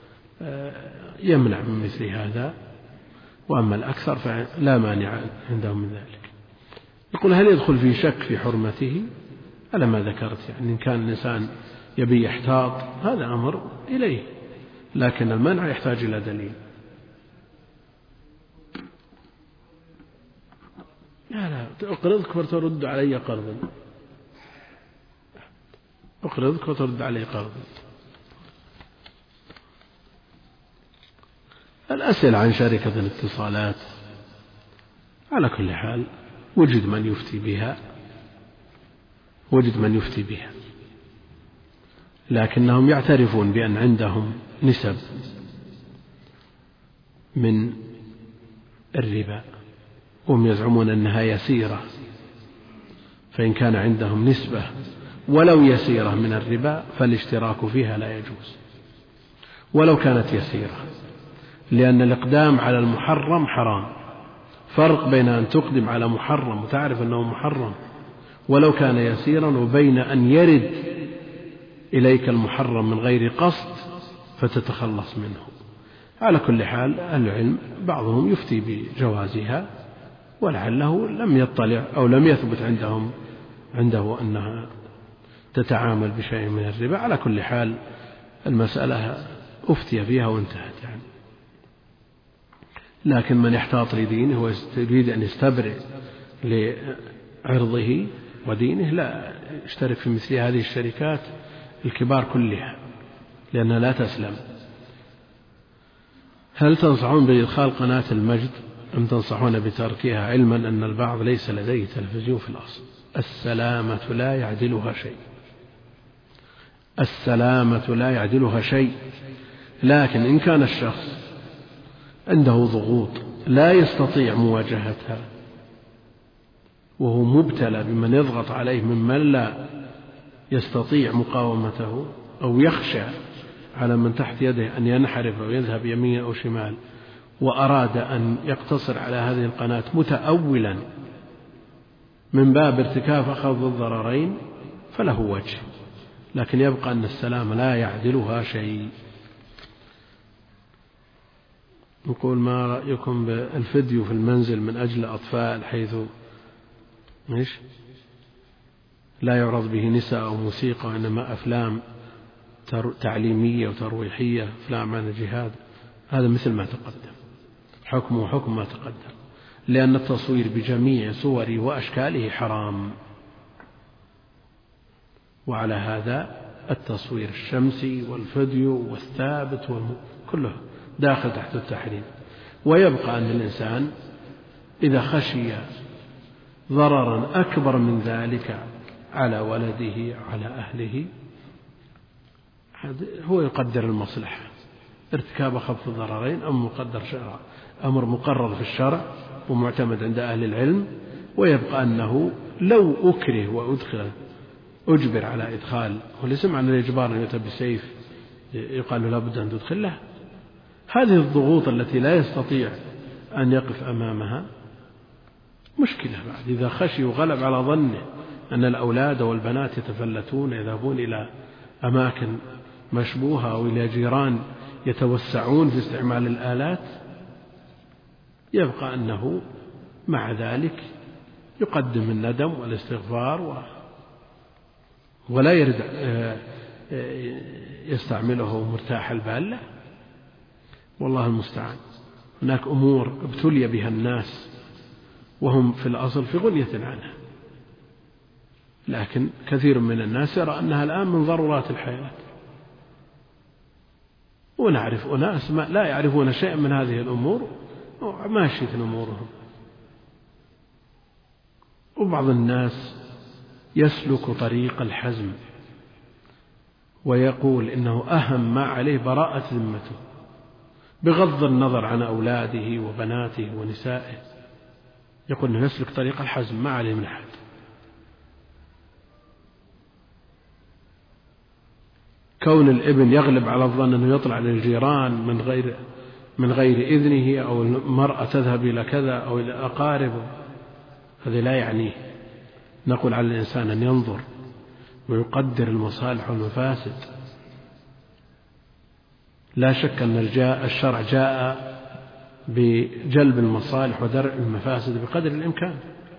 يمنع من مثل هذا، وأما الأكثر فلا مانع عندهم من ذلك. يقول هل يدخل في شك في حرمته؟ على ما ذكرت، يعني إن كان الإنسان يبي يحتاط هذا أمر إليه، لكن المنع يحتاج إلى دليل. لا لا أقرضك فترد علي قرضا، أقرضك وترد علي قرضا. الأسئلة عن شركة الاتصالات على كل حال وجد من يفتي بها، وجد من يفتي بها، لكنهم يعترفون بأن عندهم نسب من الربا وهم يزعمون أنها يسيرة، فإن كان عندهم نسبة ولو يسيرة من الربا فالاشتراك فيها لا يجوز ولو كانت يسيرة، لأن الإقدام على المحرم حرام. فرق بين أن تقدم على محرم وتعرف أنه محرم ولو كان يسيرا، وبين أن يرد إليك المحرم من غير قصد فتتخلص منه. على كل حال العلم بعضهم يفتي بجوازها ولعله لم يطلع أو لم يثبت عندهم عنده أنها تتعامل بشيء من الربا. على كل حال المسألة أفتي فيها وانتهت يعني. لكن من يحتاط لدينه ويريد أن يستبرئ لعرضه ودينه لا يشترك في مثل هذه الشركات الكبار كلها لأنها لا تسلم. هل تنصحون بإدخال قناة المجد أم تنصحون بتركها علما أن البعض ليس لديه تلفزيون في الأصل؟ السلامة لا يعدلها شيء، السلامة لا يعدلها شيء، لكن إن كان الشخص عنده ضغوط لا يستطيع مواجهتها وهو مبتلى بمن يضغط عليه ممن لا يستطيع مقاومته أو يخشى على من تحت يده أن ينحرف أو يذهب يمين أو شمال، وأراد أن يقتصر على هذه القناة متأولا من باب ارتكاب أخذ الضررين فله وجه، لكن يبقى أن السلام لا يعدلها شيء. نقول ما رأيكم بالفيديو في المنزل من أجل الأطفال حيث إيش لا يعرض به نساء أو موسيقى وإنما أفلام تعليمية وترويحية، أفلام عن الجهاد؟ هذا مثل ما تقدم، حكمه حكم ما تقدم، لأن التصوير بجميع صوره وأشكاله حرام، وعلى هذا التصوير الشمسي والفيديو والثابت كله داخل تحت التحريم. ويبقى أن الإنسان إذا خشي ضررا أكبر من ذلك على ولده على أهله هو يقدر المصلحة، ارتكاب خفض الضررين أمر مقدر شرع، أمر مقرر في الشرع ومعتمد عند أهل العلم. ويبقى أنه لو أكره وأدخل أجبر على إدخال، وليس معنى الإجبار أن يؤتى بسيف يقال له لابد أن تدخل له، هذه الضغوط التي لا يستطيع أن يقف أمامها مشكلة. بعد إذا خشي وغلب على ظنه أن الأولاد والبنات يتفلتون يذهبون إلى أماكن مشبوهة أو إلى جيران يتوسعون في استعمال الآلات، يبقى أنه مع ذلك يقدم الندم والاستغفار و... ولا يرد يستعمله مرتاح البال. لا، والله المستعان. هناك أمور ابتلي بها الناس وهم في الأصل في غنية عنها، لكن كثير من الناس يرى أنها الآن من ضرورات الحياة، ونعرف أناس لا يعرفون شيئا من هذه الأمور ماشية أمورهم. وبعض الناس يسلك طريق الحزم ويقول إنه أهم ما عليه براءة ذمته بغض النظر عن أولاده وبناته ونسائه، يقول إنه يسلك طريق الحزم ما عليه من أحد. كون الابن يغلب على الظن أنه يطلع للجيران من غير من غير إذنه، أو المرأة تذهب إلى كذا أو إلى أقاربه، هذا لا يعنيه. نقول على الإنسان أن ينظر ويقدر المصالح والمفاسد. لا شك أن الشرع جاء بجلب المصالح ودرء المفاسد بقدر الإمكان.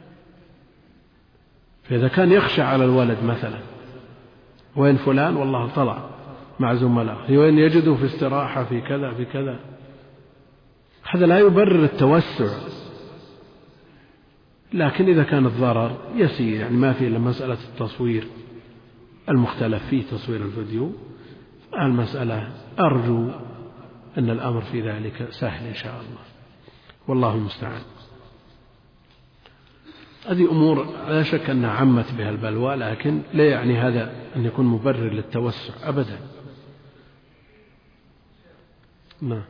فإذا كان يخشى على الولد مثلا، وين فلان والله طلع مع زملائه، وين يجده في استراحة في كذا في كذا، هذا لا يبرر التوسع لكن إذا كان الضرر يسير يعني ما فيه إلا مسألة التصوير المختلف فيه تصوير الفيديو، المسألة أرجو أن الأمر في ذلك سهل إن شاء الله، والله المستعان. هذه أمور لا شك أنها عمت بها البلوى، لكن لا يعني هذا أن يكون مبرر للتوسع أبدا. نعم.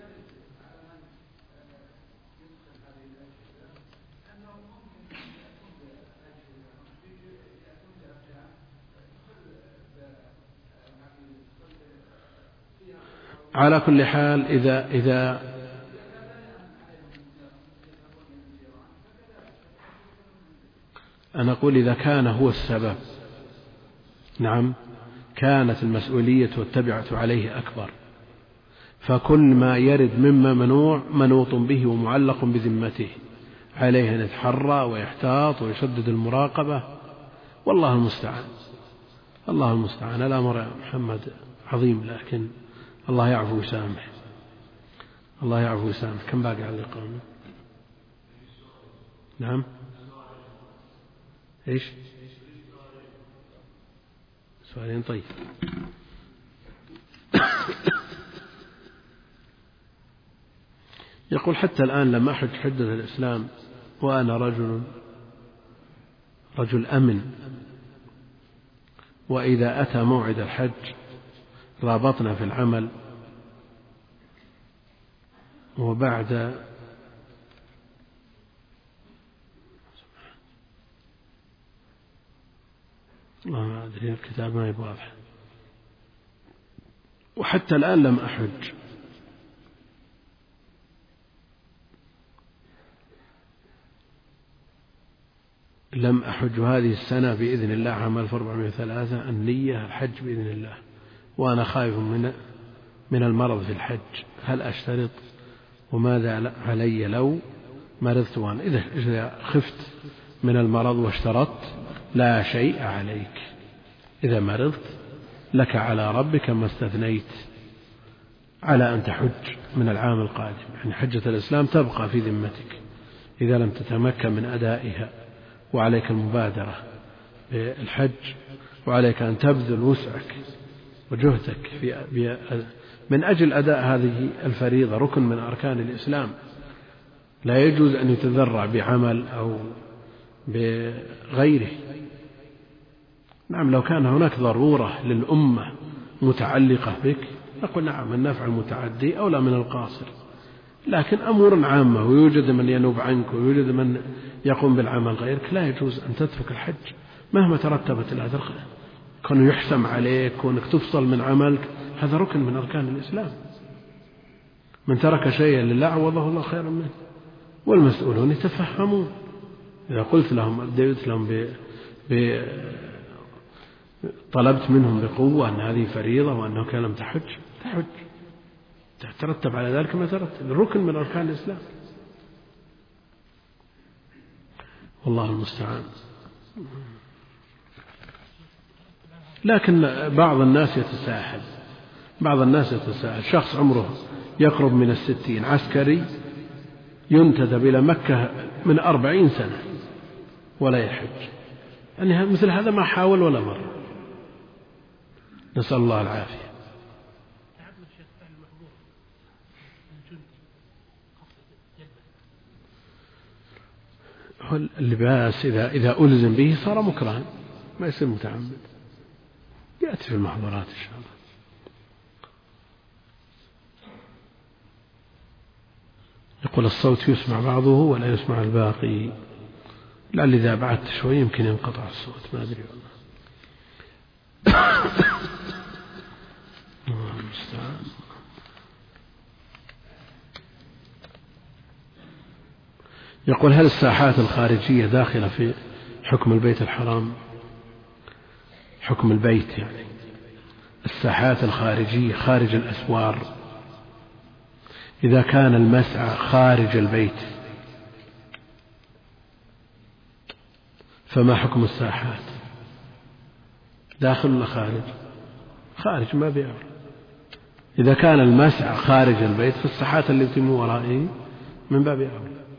على كل حال إذا إذا أنا أقول إذا كان هو السبب، نعم، كانت المسؤولية والتبعة عليه أكبر، فكل ما يرد مما منوع منوط به ومعلق بذمته، عليه أن يتحرى ويحتاط ويشدد المراقبة، والله المستعان. الله المستعان. الأمر يا محمد عظيم، لكن الله يعفو ويسامح. الله يعفو ويسامح. كم باقي على الإقامة؟ نعم. إيش؟ سؤالين. طيب. يقول حتى الآن لم أحج حجة الإسلام وأنا رجل رجل أمن، وإذا أتى موعد الحج رابطنا في العمل، وبعد الله ما أدري الكتاب ما يبغى واضح، وحتى الآن لم أحج. لم أحج هذه السنة بإذن الله عام ألف وأربعمائة وثلاثة، النية الحج بإذن الله، وأنا خائف من من المرض في الحج، هل أشترط؟ وماذا علي لو مرضت؟ وأنا إذا خفت من المرض واشترطت لا شيء عليك، إذا مرضت لك على ربك ما استثنيت على أن تحج من العام القادم، يعني حجة الإسلام تبقى في ذمتك إذا لم تتمكن من أدائها، وعليك المبادرة بالحج، وعليك أن تبذل وسعك وجهدك في من أجل أداء هذه الفريضة، ركن من أركان الإسلام، لا يجوز أن يتذرع بعمل أو بغيره. نعم، لو كان هناك ضرورة للأمة متعلقة بك نقول نعم، النفع المتعدي أولى من القاصر، لكن أمور عامة ويوجد من ينوب عنك ويوجد من يقوم بالعمل غيرك، لا يجوز أن تترك الحج مهما ترتبت الأثر، كون يحسم عليك، كونك تفصل من عملك، هذا ركن من أركان الإسلام. من ترك شيئا لله عوضه الله خيرا منه، والمسؤولون يتفهمون. إذا قلت لهم أديت لهم ب... ب... طلبت منهم بقوة أن هذه فريضة وأنك لم تحج تحج، تترتب على ذلك ما ترتب، الركن من أركان الإسلام، والله المستعان. لكن بعض الناس يتساهل، بعض الناس يتساهل، شخص عمره يقرب من الستين، عسكري ينتدب إلى مكة من أربعين سنة ولا يحج، يعني مثل هذا ما حاول ولا مر، نسأل الله العافية. اللباس إذا إذا ألزم به صار مكرها، ما يصير متعمد، يأتي في المحظورات إن شاء الله. يقول الصوت يسمع بعضه ولا يسمع الباقي، لعل إذا بعدت شوي يمكن ينقطع الصوت، ما أدري والله. الله المستعان. يقول هل الساحات الخارجية داخلة في حكم البيت الحرام؟ حكم البيت يعني الساحات الخارجية خارج الأسوار، إذا كان المسعى خارج البيت فما حكم الساحات؟ داخل ولا خارج؟ خارج ما بيعرف. إذا كان المسعى خارج البيت فالساحات التي من ورائه من باب أولى.